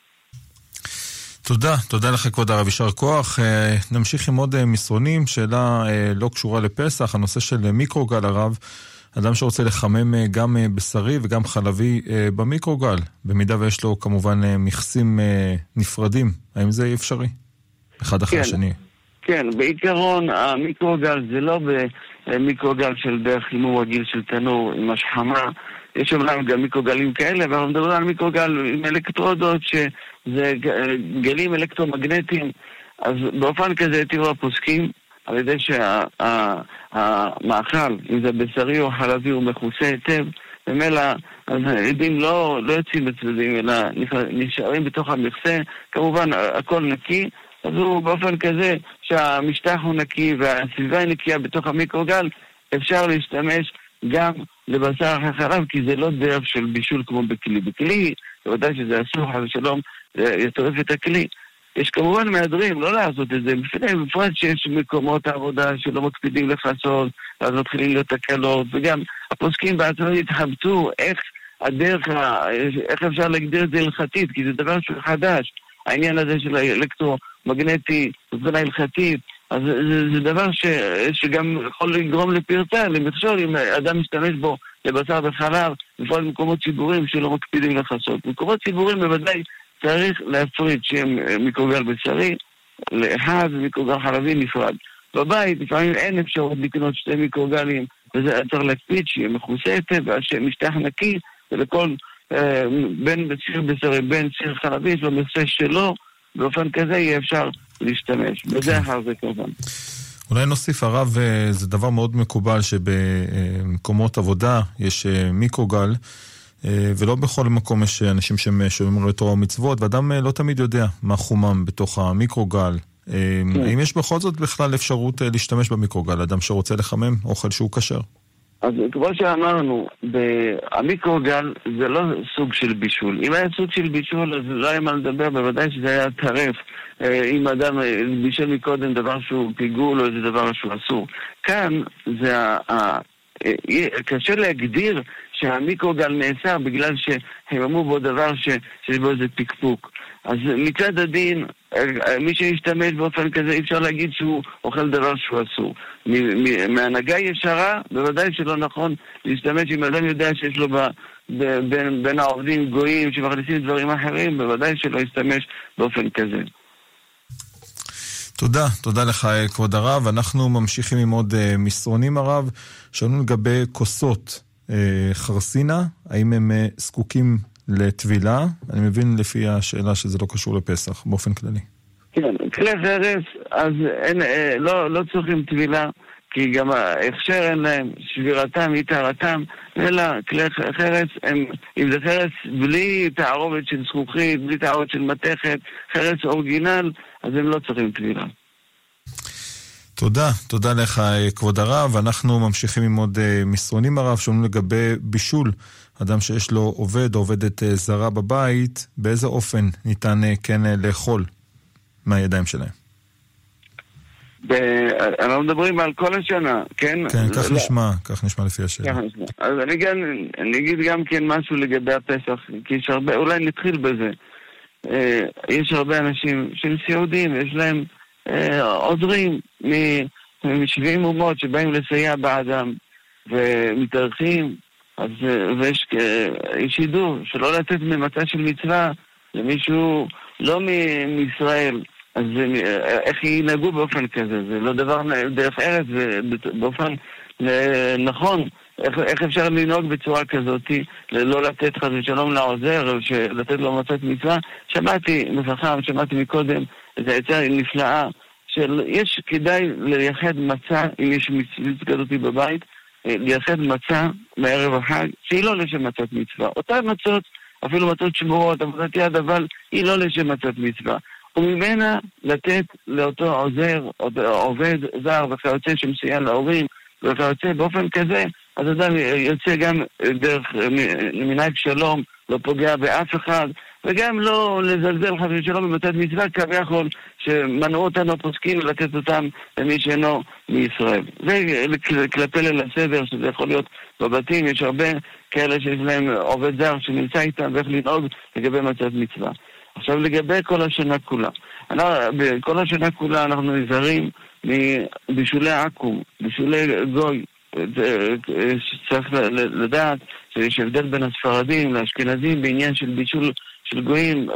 C: תודה לך כבוד הרב, יישר כוח. נמשיך עם עוד מסרונים, שאלה לא קשורה לפסח, הנושא של מיקרוגל הרב, אדם שרוצה לחמם גם בשרי וגם חלבי במיקרוגל, במידה ויש לו כמובן מכסים נפרדים, האם זה אפשרי? אחד אחרי השני.
F: כן, בעיקרון המיקרוגל זה לא במיקרוגל של דרך חימום רגיל של תנור עם השחמה, יש אומנם גם מיקרוגלים כאלה, אבל אנחנו מדברים על מיקרוגל עם אלקטרודות שזה גלים אלקטרומגנטיים, אז באופן כזה תראו הפוסקים, על ידי שהמאכל, אם זה בשרי או חלבי, הוא מכוסה היטב, ומילא, אז העדים לא יוצאים בצדדים, אלא נשארים בתוך המכסה, כמובן הכל נקי, אז הוא באופן כזה שהמשטח הוא נקי והסביבה היא נקייה בתוך המיקרוגל, אפשר להשתמש גם לבשר אחר חלב, כי זה לא דרך של בישול כמו בכלי. בכלי, בוודאי שזה אסור, חס ושלום, יטרף את הכלי. יש כמובן מהדרים לא לעשות את זה, בפרט שיש מקומות עבודה שלא מקפידים לחסות, אז מתחילים להיות תקלות, וגם הפוסקים בעצמם התחבטו איך אפשר להגדיר את זה הלכתית, כי זה דבר שהוא חדש, העניין הזה של האלקטרומגנטי, מבחינה הלכתית, אז זה דבר שגם יכול לגרום לפרצה, למכשול, אם אדם משתמש בו לבשר וחלב, בפרט במקומות ציבוריים שלא מקפידים לחסות. מקומות ציבוריים בוודאי צריך להפריד שהם מיקרוגל בשרי לאחד ומיקרוגל חלבי נפרד. בבית לפעמים אין אפשרות לקנות שתי מיקרוגלים, וזה צריך להקפיד שיהיה מכוסה היטב, משטח נקי, ולכל בין סיר בשרי, בין סיר חלבי, יש לו מכסה שלו, באופן כזה יהיה אפשר להשתמש. בזה אחר זה כמובן.
C: אולי נוסיף הרב, זה דבר מאוד מקובל שבמקומות עבודה יש מיקרוגל, ולא בכל מקום יש אנשים שומרים תורה ומצוות, ואדם לא תמיד יודע מה חומם בתוך המיקרוגל. האם יש בכל זאת בכלל אפשרות להשתמש במיקרוגל, אדם שרוצה לחמם אוכל שהוא כשר?
F: אז כמו שאמרנו, המיקרוגל זה לא סוג של בישול. אם היה סוג של בישול, אז לא היה מה לדבר, בוודאי שזה היה טרף. אם אדם בישל מקודם דבר שהוא פיגול או איזה דבר שהוא אסור. כאן זה קשה להגדיר שהמיקרוגל נאסר בגלל שהם אמרו בו דבר שיש בו איזה פיקפוק. אז מצד הדין, מי שישתמש באופן כזה, אי אפשר להגיד שהוא אוכל דבר שהוא אסור. מהנהגה ישרה, בוודאי שלא נכון להשתמש אם אדם יודע שיש לו בין העובדים גויים שמכניסים דברים אחרים, בוודאי שלא ישתמש באופן כזה.
C: תודה לך כבוד הרב. אנחנו ממשיכים עם עוד מסרונים הרב, שאלו לגבי כוסות חרסינה, האם הם זקוקים לטבילה? אני מבין לפי השאלה שזה לא קשור לפסח, באופן כללי.
F: כן, כלי חרס, אז לא צריכים טבילה, כי גם ההכשר אין להם, שבירתם היא טהרתם, אלא כלי חרס, אם זה חרס בלי תערובת של זכוכית, בלי תערובת של מתכת, חרס אורגינל, אז הם לא צריכים טבילה.
C: תודה לך כבוד הרב. אנחנו ממשיכים עם עוד מסרונים הרב, שאומרים לגבי בישול. אדם שיש לו עובד או עובדת זרה בבית, באיזה אופן ניתן כן לאכול מהידיים שלהם?
F: אנחנו מדברים על כל השנה, כן?
C: כן, כך נשמע לפי השאלה.
F: אז אני אגיד גם כן משהו לגבי הפסח, כי יש הרבה, אולי נתחיל בזה. יש הרבה אנשים שהם סיעודים, יש להם עוזרים מ-70 אומות שבאים לסייע באדם ומתארחים, אז ויש שידור שלא לתת ממצה של מצווה למישהו לא מישראל, אז איך ינהגו באופן כזה? זה לא דבר דרך ארץ, זה באופן נכון. איך אפשר לנהוג בצורה כזאת, לא לתת חס ושלום לעוזר, לתת לו מצת מצווה? שמעתי מקודם, זו עצה נפלאה, יש כדאי לייחד מצה, אם יש מצווה כזאת בבית, לייחד מצה בערב החג, שהיא לא לשם מצת מצווה. אותן מצות, אפילו מצות שמורות, עבודת יד, אבל היא לא לשם מצת מצווה. וממנה לתת לאותו עוזר, עובד זר וכיוצא שמסייע להורים, וכיוצא באופן כזה, אז אדם יוצא גם דרך מנהג שלום, לא פוגע באף אחד, וגם לא לזלזל חס ושלום במצוות מצווה, כביכול שמנעו אותנו פוסקים לתת אותם למי שאינו מישראל. וכלפי ליל הסדר, שזה יכול להיות בבתים, יש הרבה כאלה שיש להם עובד זר שנמצא איתם ואיך לנהוג לגבי מצוות מצווה. עכשיו לגבי כל השנה כולה. בכל השנה כולה אנחנו נזהרים מבישולי עכו"ם, בישולי גוי. צריך לדעת שיש הבדל בין הספרדים לאשכנזים בעניין של בישול של גויים.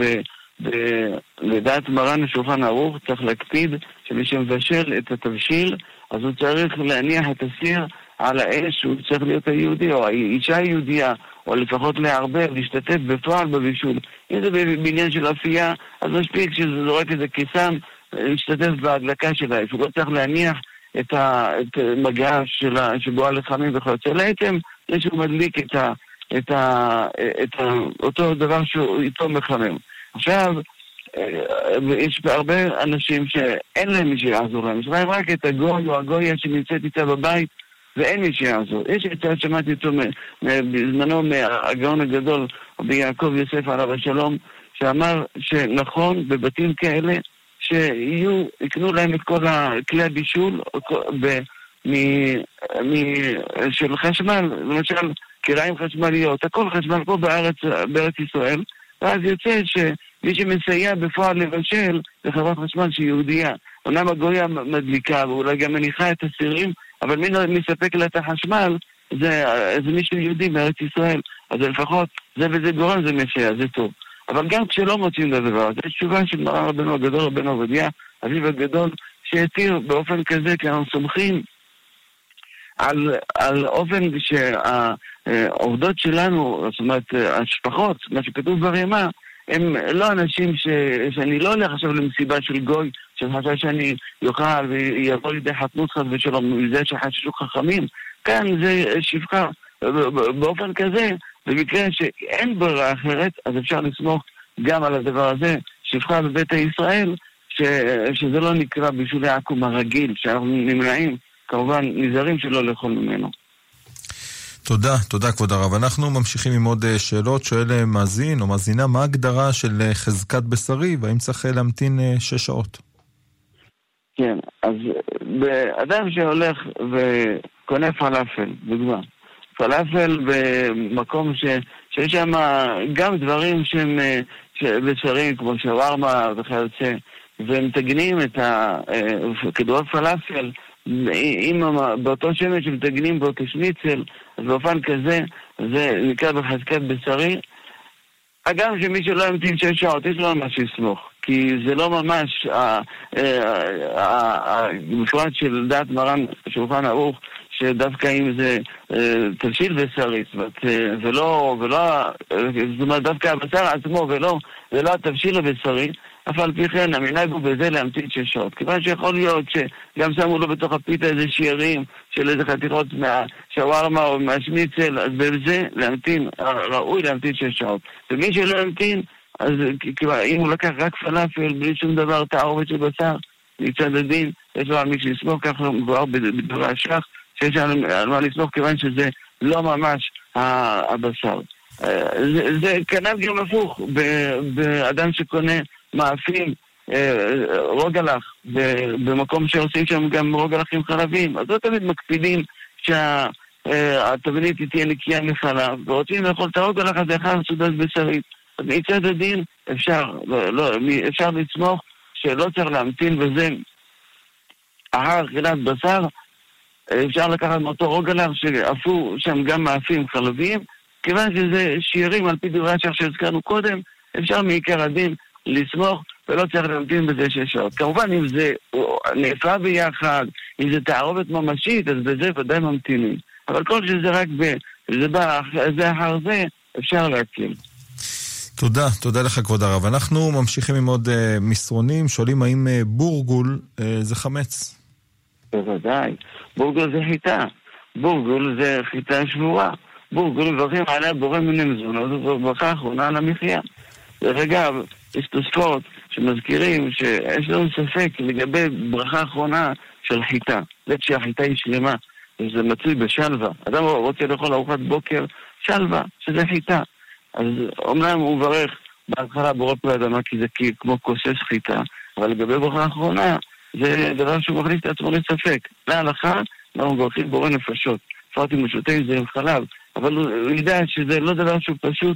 F: לדעת מרן השולחן ערוך צריך להקפיד שמי שמבשל את התבשיל, אז הוא צריך להניח את הסיר על האש, הוא צריך להיות היהודי או האישה היהודייה, או לפחות להרבה, להשתתף בפועל בבישול. אם זה בעניין של אפייה, אז מספיק שזה זורק איזה קיסם, להשתתף בהדלקה של האש. הוא לא צריך להניח את מגעה שבו הלחמים וכיוצא. לעצם זה שהוא מדליק את אותו דבר שהוא איתו מחמם. עכשיו, יש הרבה אנשים שאין להם מי שיעזור להם. יש להם רק את הגוי או הגויה שנמצאת איתה בבית, ואין מי שיעזור. יש את שמעתי אותו בזמנו מהגאון הגדול, רבי יעקב יוסף עליו השלום, שאמר שנכון בבתים כאלה, יקנו להם את כל כלי הבישול של חשמל, למשל קיריים חשמליות, הכל חשמל פה בארץ ישראל, ואז יוצא שמי שמסייע בפועל לבשל זה חברת חשמל שהיא יהודייה. אומנם הגויה מדליקה ואולי גם מניחה את הסירים, אבל מי מספק לה את החשמל זה מישהו יהודי בארץ ישראל, אז לפחות זה וזה גורם, זה מסייע, זה טוב. אבל גם כשלא מוצאים את הדבר, זו תשובה של מרן רבנו הגדול, רבנו עובדיה, אביו הגדול, שהתיר באופן כזה, כי אנחנו סומכים על אופן שהעובדות שלנו, זאת אומרת, השפחות, מה שכתוב ברמה, הם לא אנשים שאני לא הולך עכשיו למסיבה של גוי, שחשב שאני יוכל ויבוא לידי חתנות חס ושלום, מזה שחששו חכמים. כאן זה שפחה. באופן כזה, במקרה שאין ברירה אחרת, אז אפשר לסמוך גם על הדבר הזה, שפחה בבית הישראל, שזה לא נקרא בשולי העקום הרגיל, שאנחנו נמנעים, כמובן נזהרים שלא לאכול ממנו.
C: תודה כבוד הרב. אנחנו ממשיכים עם עוד שאלות. שואל מאזין או מאזינה, מה ההגדרה של חזקת בשרי, והאם צריך להמתין 6 שעות?
F: כן, אז באדם שהולך וקונה פלאפל, דוגמה, פלאפל במקום שיש שם גם דברים שהם בשרים כמו שווארמה וכיוצא, ומתגנים את כדור פלאפל באותו שמש שמתגנים בו כשניצל, אז באופן כזה זה נקרא בחזקת בשרי. אגב שמי שלא ימתין 6 שעות יש לו ממש לסמוך, כי זה לא ממש המפרט של דעת מרן שולחן ערוך, שדווקא אם זה תבשיל בשרי, ולא, זאת אומרת דווקא הבשר עצמו ולא התבשיל הבשרי, אף על פי כן המנהג הוא בזה להמתין 6 שעות. כיוון שיכול להיות שגם שמו לו בתוך הפיתה איזה שיערים של איזה חתיכות מהשווארמה או מהשניצל, אז בזה להמתין, ראוי להמתין 6 שעות. ומי שלא ימתין, אז אם הוא לקח רק פלאפל בלי שום דבר, תערובת של בשר, מצד הדין, יש לו על מי שיסמוך, ככה מבואר בדברי השח, שיש על מה לסמוך כיוון שזה לא ממש הבשר. זה כנ"ל גם הפוך, באדם שקונה מאפים, רוגלח, במקום שעושים שם גם רוגלחים חלבים, אז לא תמיד מקפידים שהתבנית תהיה נקייה מחלב, ורוצים לאכול את הרוגלח הזה אחר סעודת בשרית. אז מצד הדין אפשר לסמוך שלא צריך להמתין, וזה אחר אכילת בשר, אפשר לקחת מאותו רוגלח שעפו שם גם מאפים חלביים, כיוון שזה שיערים על פי דברי השח שהזכרנו קודם, אפשר מעיקר הדין לסמוך ולא צריך להמתין בזה 6 שעות. כמובן אם זה נאפה ביחד, אם זה תערובת ממשית, אז בזה ודאי ממתינים. אבל כל שזה רק זה אחר זה, אפשר להקים.
C: תודה לך כבוד הרב. אנחנו ממשיכים עם עוד מסרונים, שואלים האם בורגול זה חמץ?
F: בוודאי. בורגול זה חיטה. בורגול זה חיטה שבורה. בורגול מברכים עליה בורא מיני מזונות, וברכה אחרונה על המחיה. דרך אגב, יש תוספות שמזכירים שיש לנו ספק לגבי ברכה אחרונה של חיטה. זה כשהחיטה היא שלמה, וזה מצוי בשלווה. אדם רוצה לאכול ארוחת בוקר, שלווה, שזה חיטה. אז אומנם הוא מברך בהתחלה בורא פרי אדמה, כי זה כמו כוסס חיטה, אבל לגבי ברכה האחרונה, זה דבר שהוא מכניס את עצמו לספק. להלכה, אנחנו מברכים בורא נפשות. פרטי משותים זה עם חלב, אבל הוא ידע שזה לא דבר שהוא פשוט,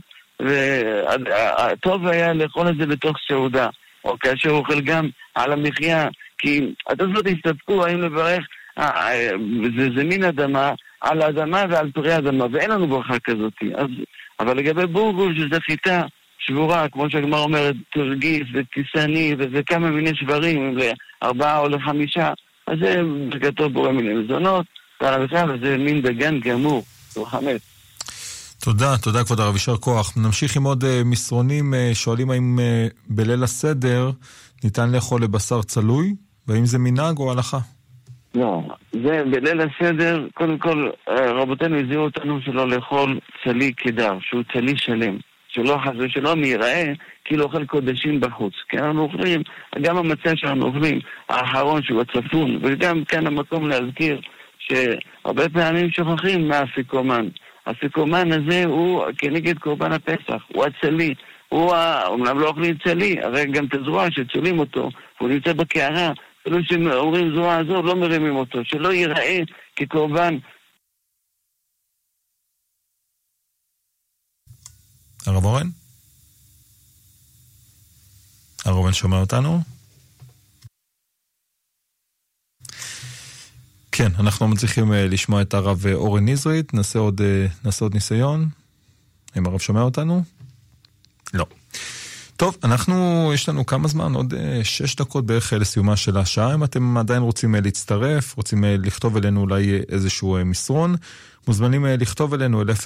F: וטוב היה לאכול את זה בתוך סעודה, או כאשר הוא אוכל גם על המחיה, כי התוספות הסתפקו האם לברך, זה מין אדמה, על האדמה ועל פרי אדמה, ואין לנו ברכה כזאת. אבל לגבי בורגול, שזה חיטה שבורה, כמו שהגמרא אומרת, תרגיס וכיסני, וכמה מיני שברים, ל4 או ל5, אז זה ברכתו בורא מיני מזונות, וזה מין דגן גמור, הוא חמץ.
C: תודה כבוד הרב, יישר כוח. נמשיך עם עוד מסרונים, שואלים האם בליל הסדר ניתן לאכול לבשר צלוי, והאם זה מנהג או הלכה?
F: לא, זה בליל הסדר, קודם כל רבותינו הזהירו אותנו שלא לאכול צלי כדר, שהוא צלי שלם, שלא מייראה כאילו אוכל קודשים בחוץ, כי אנחנו אוכלים, גם המצע שאנחנו אוכלים, האחרון שהוא הצפון, וגם כאן המקום להזכיר שהרבה פעמים שוכחים מהאפיקומן. האפיקומן הזה הוא כנגד קורבן הפסח, הוא הצלי, אומנם לא אוכלים צלי, הרי גם את הזרוע שצולים אותו, הוא נמצא בקערה, אפילו שאומרים זרוע הזו, לא מרימים אותו, שלא ייראה כקורבן.
C: הרב אורן? הרב אורן שומע אותנו? כן, אנחנו מצליחים לשמוע את הרב אורן נזרית, נעשה עוד ניסיון. האם הרב שומע אותנו? לא. טוב, יש לנו כמה זמן, עוד 6 דקות בערך לסיומה של השעה. אם אתם עדיין רוצים להצטרף, רוצים לכתוב אלינו אולי איזשהו מסרון, מוזמנים לכתוב אלינו אל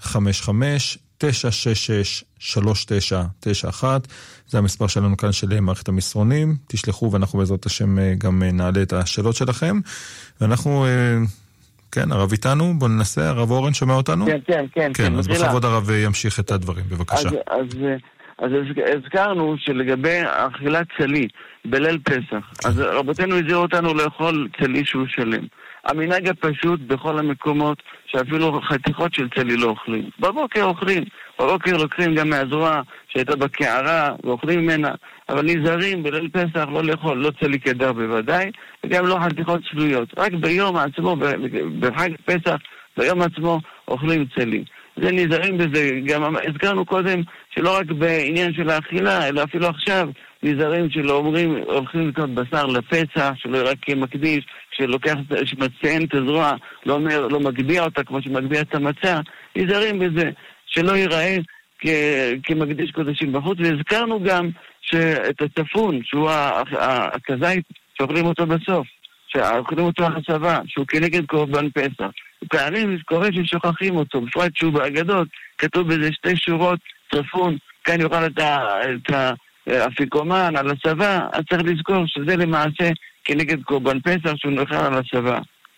C: 055-966-3991. זה המספר שלנו כאן של מערכת המסרונים. תשלחו ואנחנו בעזרת השם גם נעלה את השאלות שלכם. ואנחנו כן, הרב איתנו, בוא ננסה, הרב אורן שומע אותנו?
F: כן.
C: אז בכבוד הרב ימשיך את הדברים, בבקשה.
F: אז הזכרנו שלגבי אכילת צלי בליל פסח, אז רבותינו הזהירו אותנו לאכול צלי שהוא שלם. המנהג הפשוט בכל המקומות שאפילו חתיכות של צלי לא אוכלים. בבוקר אוכלים, בבוקר לוקחים גם מהזרוע שהייתה בקערה ואוכלים ממנה, אבל נזהרים בליל פסח לא לאכול, לא צלי קדר בוודאי, וגם לא חתיכות צלויות. רק ביום עצמו, בחג פסח, ביום עצמו אוכלים צלי. זה נזהרים בזה, גם הזכרנו קודם שלא רק בעניין של האכילה, אלא אפילו עכשיו נזהרים שלא אומרים, הולכים לקנות בשר לפצע, שלא רק מקדיש, שמציין את הזרוע, לא מגביע אותה כמו שמגביע את המצה, נזהרים בזה, שלא ייראה כמקדיש קודשים בחוץ, והזכרנו גם שאת הצפון, שהוא הכזית, שאוכלים אותו בסוף, שאוכלים אותו על הצבא, שהוא כנגד קורבן פסח. פעמים קורה ששוכחים אותו, בפרט שהוא באגדות, כתוב בזה 2 שורות, צפון, כאן יוכל את האפיקומן על הצבא, אז צריך לזכור שזה למעשה כנגד קורבן פסח שהוא נאכל על הצבא.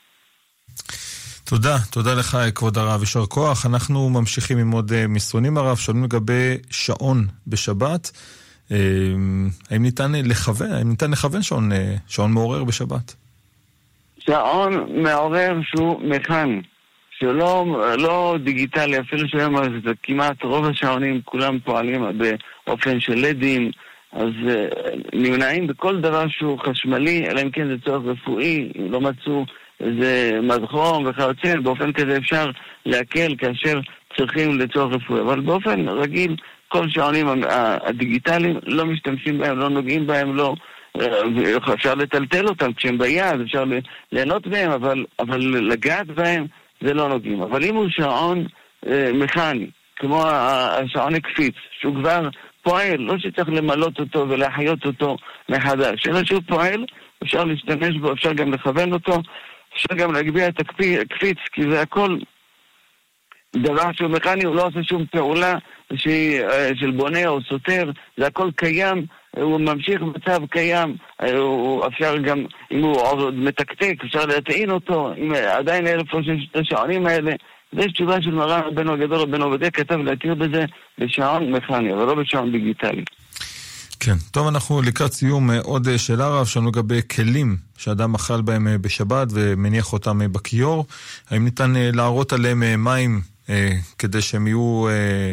C: תודה לך כבוד הרב, יישר כוח. אנחנו ממשיכים עם עוד מסרונים הרב, שואלים לגבי שעון בשבת, האם ניתן לכוון שעון מעורר בשבת?
F: שעון מעורר שהוא מכני, שהוא לא דיגיטלי, אפילו שהיום זה כמעט רוב השעונים כולם פועלים באופן של לדים, אז נמנעים בכל דבר שהוא חשמלי, אלא אם כן זה צורך רפואי, אם לא מצאו איזה מדחום וכיוצא, באופן כזה אפשר להקל כאשר צריכים לצורך רפואי, אבל באופן רגיל כל שעונים הדיגיטליים לא משתמשים בהם, לא נוגעים בהם, לא אפשר לטלטל אותם כשהם ביד, אפשר ליהנות בהם, אבל לגעת בהם זה לא נוגעים. אבל אם הוא שעון מכני, כמו השעון הקפיץ, שהוא כבר פועל, לא שצריך למלות אותו ולהחיות אותו מחדש, אלא שהוא פועל, אפשר להשתמש בו, אפשר גם לכוון אותו, אפשר גם להגביה את הקפיץ, כי זה הכל דבר שהוא מכני, הוא לא עושה שום פעולה של בונה או סותר, זה הכל קיים, הוא ממשיך במצב קיים, אפשר גם, אם הוא עוד מתקתק, אפשר להטעין אותו, אם עדיין איפה שיש את השעונים האלה, זה תשובה של מרן רבנו הגדול, רבנו עובדיה כתב להתיר בזה בשעון מכני, אבל לא בשעון דיגיטלי.
C: כן, טוב, אנחנו לקראת סיום עוד שאלה רב, שלנו לגבי כלים שאדם אכל בהם בשבת ומניח אותם בכיור, האם ניתן להראות עליהם מים כדי שהם יהיו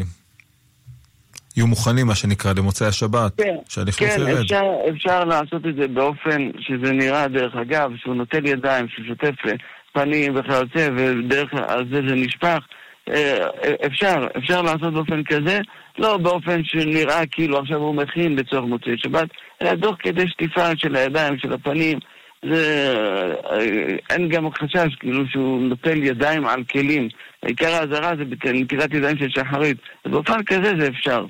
C: מוכנים, מה שנקרא, למוצאי השבת?
F: כן, אפשר לעשות את זה באופן שזה נראה דרך אגב, שהוא נוטל ידיים, שהוא שוטף פנים וכיוצא, ודרך זה נשפך. אפשר לעשות באופן כזה, לא באופן שנראה כאילו עכשיו הוא מכין לצורך מוצאי שבת, אלא דוח כדי שטיפה של הידיים, של הפנים. אין גם חשש כאילו שהוא נוטל ידיים על כלים. עיקר ההזרה זה בנטילת ידיים של שחרית, ובאופן כזה זה אפשר.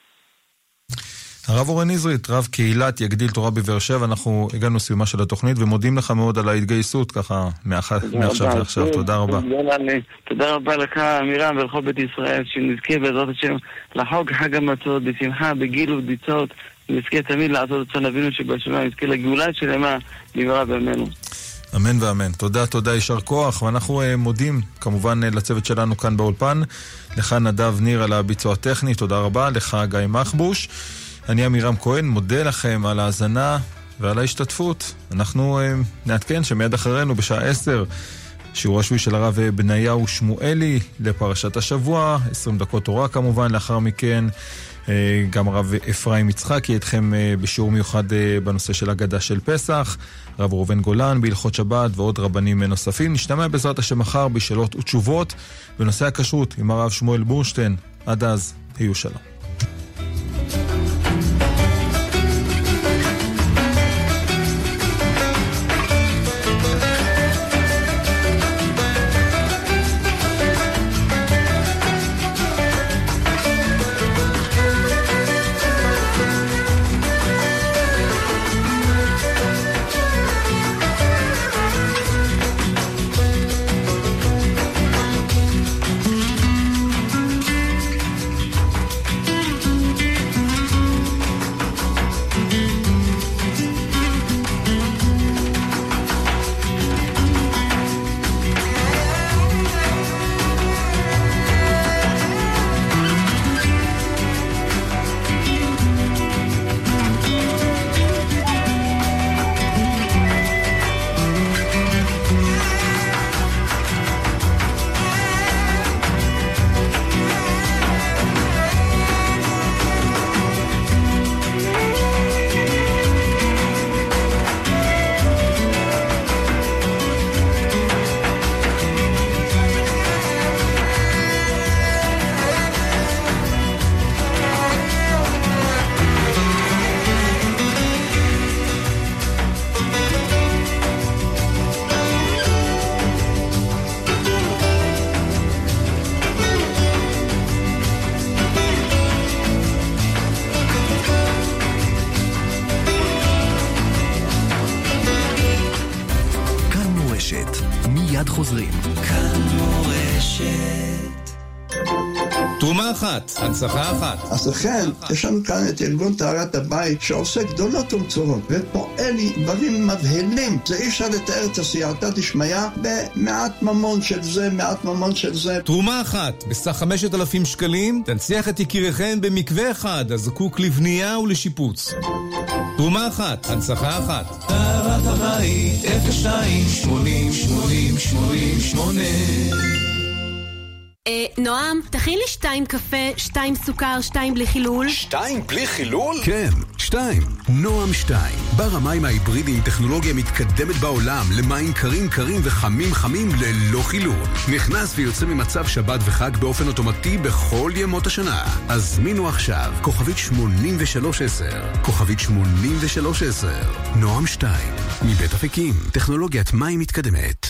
C: הרב אורן נזרית, רב קהילת יגדיל תורה בבאר שבע, אנחנו הגענו סיומה של התוכנית ומודים לך מאוד על ההתגייסות ככה מעכשיו לעכשיו. תודה רבה.
F: תודה רבה לך אמירם ולכל בית ישראל, שנזכה בעזרת השם לחוג חג המצות בשמחה, בגיל ובדיצות, נזכה תמיד לעשות את אבינו שבשמיים, נזכה לגאולה שלמה במהרה בימינו.
C: אמן ואמן. תודה, יישר כוח, ואנחנו מודים כמובן לצוות שלנו כאן באולפן, לך נדב ניר על הביצוע הטכני, תודה רבה, לך גיא מחבוש. אני אמירם כהן, מודה לכם על ההאזנה ועל ההשתתפות. אנחנו נעדכן שמיד אחרינו בשעה 10 שיעור השבועי של הרב בניהו שמואלי לפרשת השבוע, 20 דקות תורה כמובן, לאחר מכן גם הרב אפרים יצחק יהיה איתכם בשיעור מיוחד בנושא של הגדה של פסח, רב ראובן גולן בהלכות שבת ועוד רבנים נוספים. נשתמע בעזרת השם מחר בשאלות ותשובות בנושא הכשרות עם הרב שמואל בורשטיין. עד אז, היו שלום.
B: חוזרים.
H: כאן מורשת.
I: תרומה אחת, הנצחה אחת.
J: אז לכן, יש לנו כאן את ארגון טהרת הבית שעושה גדולות ומצורות ופועל דברים מבהלים. זה אי אפשר לתאר את הסייעתא דשמיא במעט ממון של זה, מעט ממון של זה.
I: תרומה אחת, בסך 5,000 שקלים, תנציח את יקיריכם במקווה אחד הזקוק לבנייה ולשיפוץ. תרומה אחת, הנצחה אחת.
H: טהרת הבית, 02-80-80-88.
K: נועם, תכין לי 2 קפה, 2 סוכר, 2 בלי חילול.
B: 2 בלי חילול? כן, 2. נועם 2. בר המים ההיברידי עם טכנולוגיה מתקדמת בעולם למים קרים וחמים ללא חילול. נכנס ויוצא ממצב שבת וחג באופן אוטומטי בכל ימות השנה. הזמינו עכשיו, כוכבית 8310. כוכבית 8310. נועם 2. מבית אפיקים, טכנולוגיית מים מתקדמת.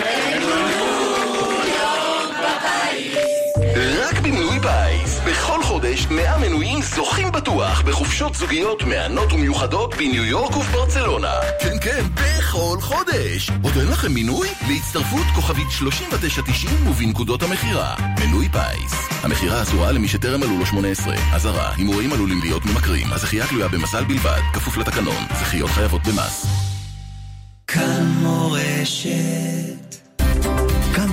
B: רק במנוי פייס, בכל חודש 100 מנויים זוכים בטוח בחופשות זוגיות מענות ומיוחדות בניו יורק וברצלונה. כן, בכל חודש. עוד אין לכם מנוי? להצטרפות כוכבית 3990 ובנקודות המחירה. מנוי פייס. המחירה אסורה למי שטרם מלאו לו 18. אזהרה, הימורים עלולים להיות ממכרים. הזכייה תלויה במזל בלבד, כפוף לתקנון. זכיות חייבות במס.
H: כאן מורשת.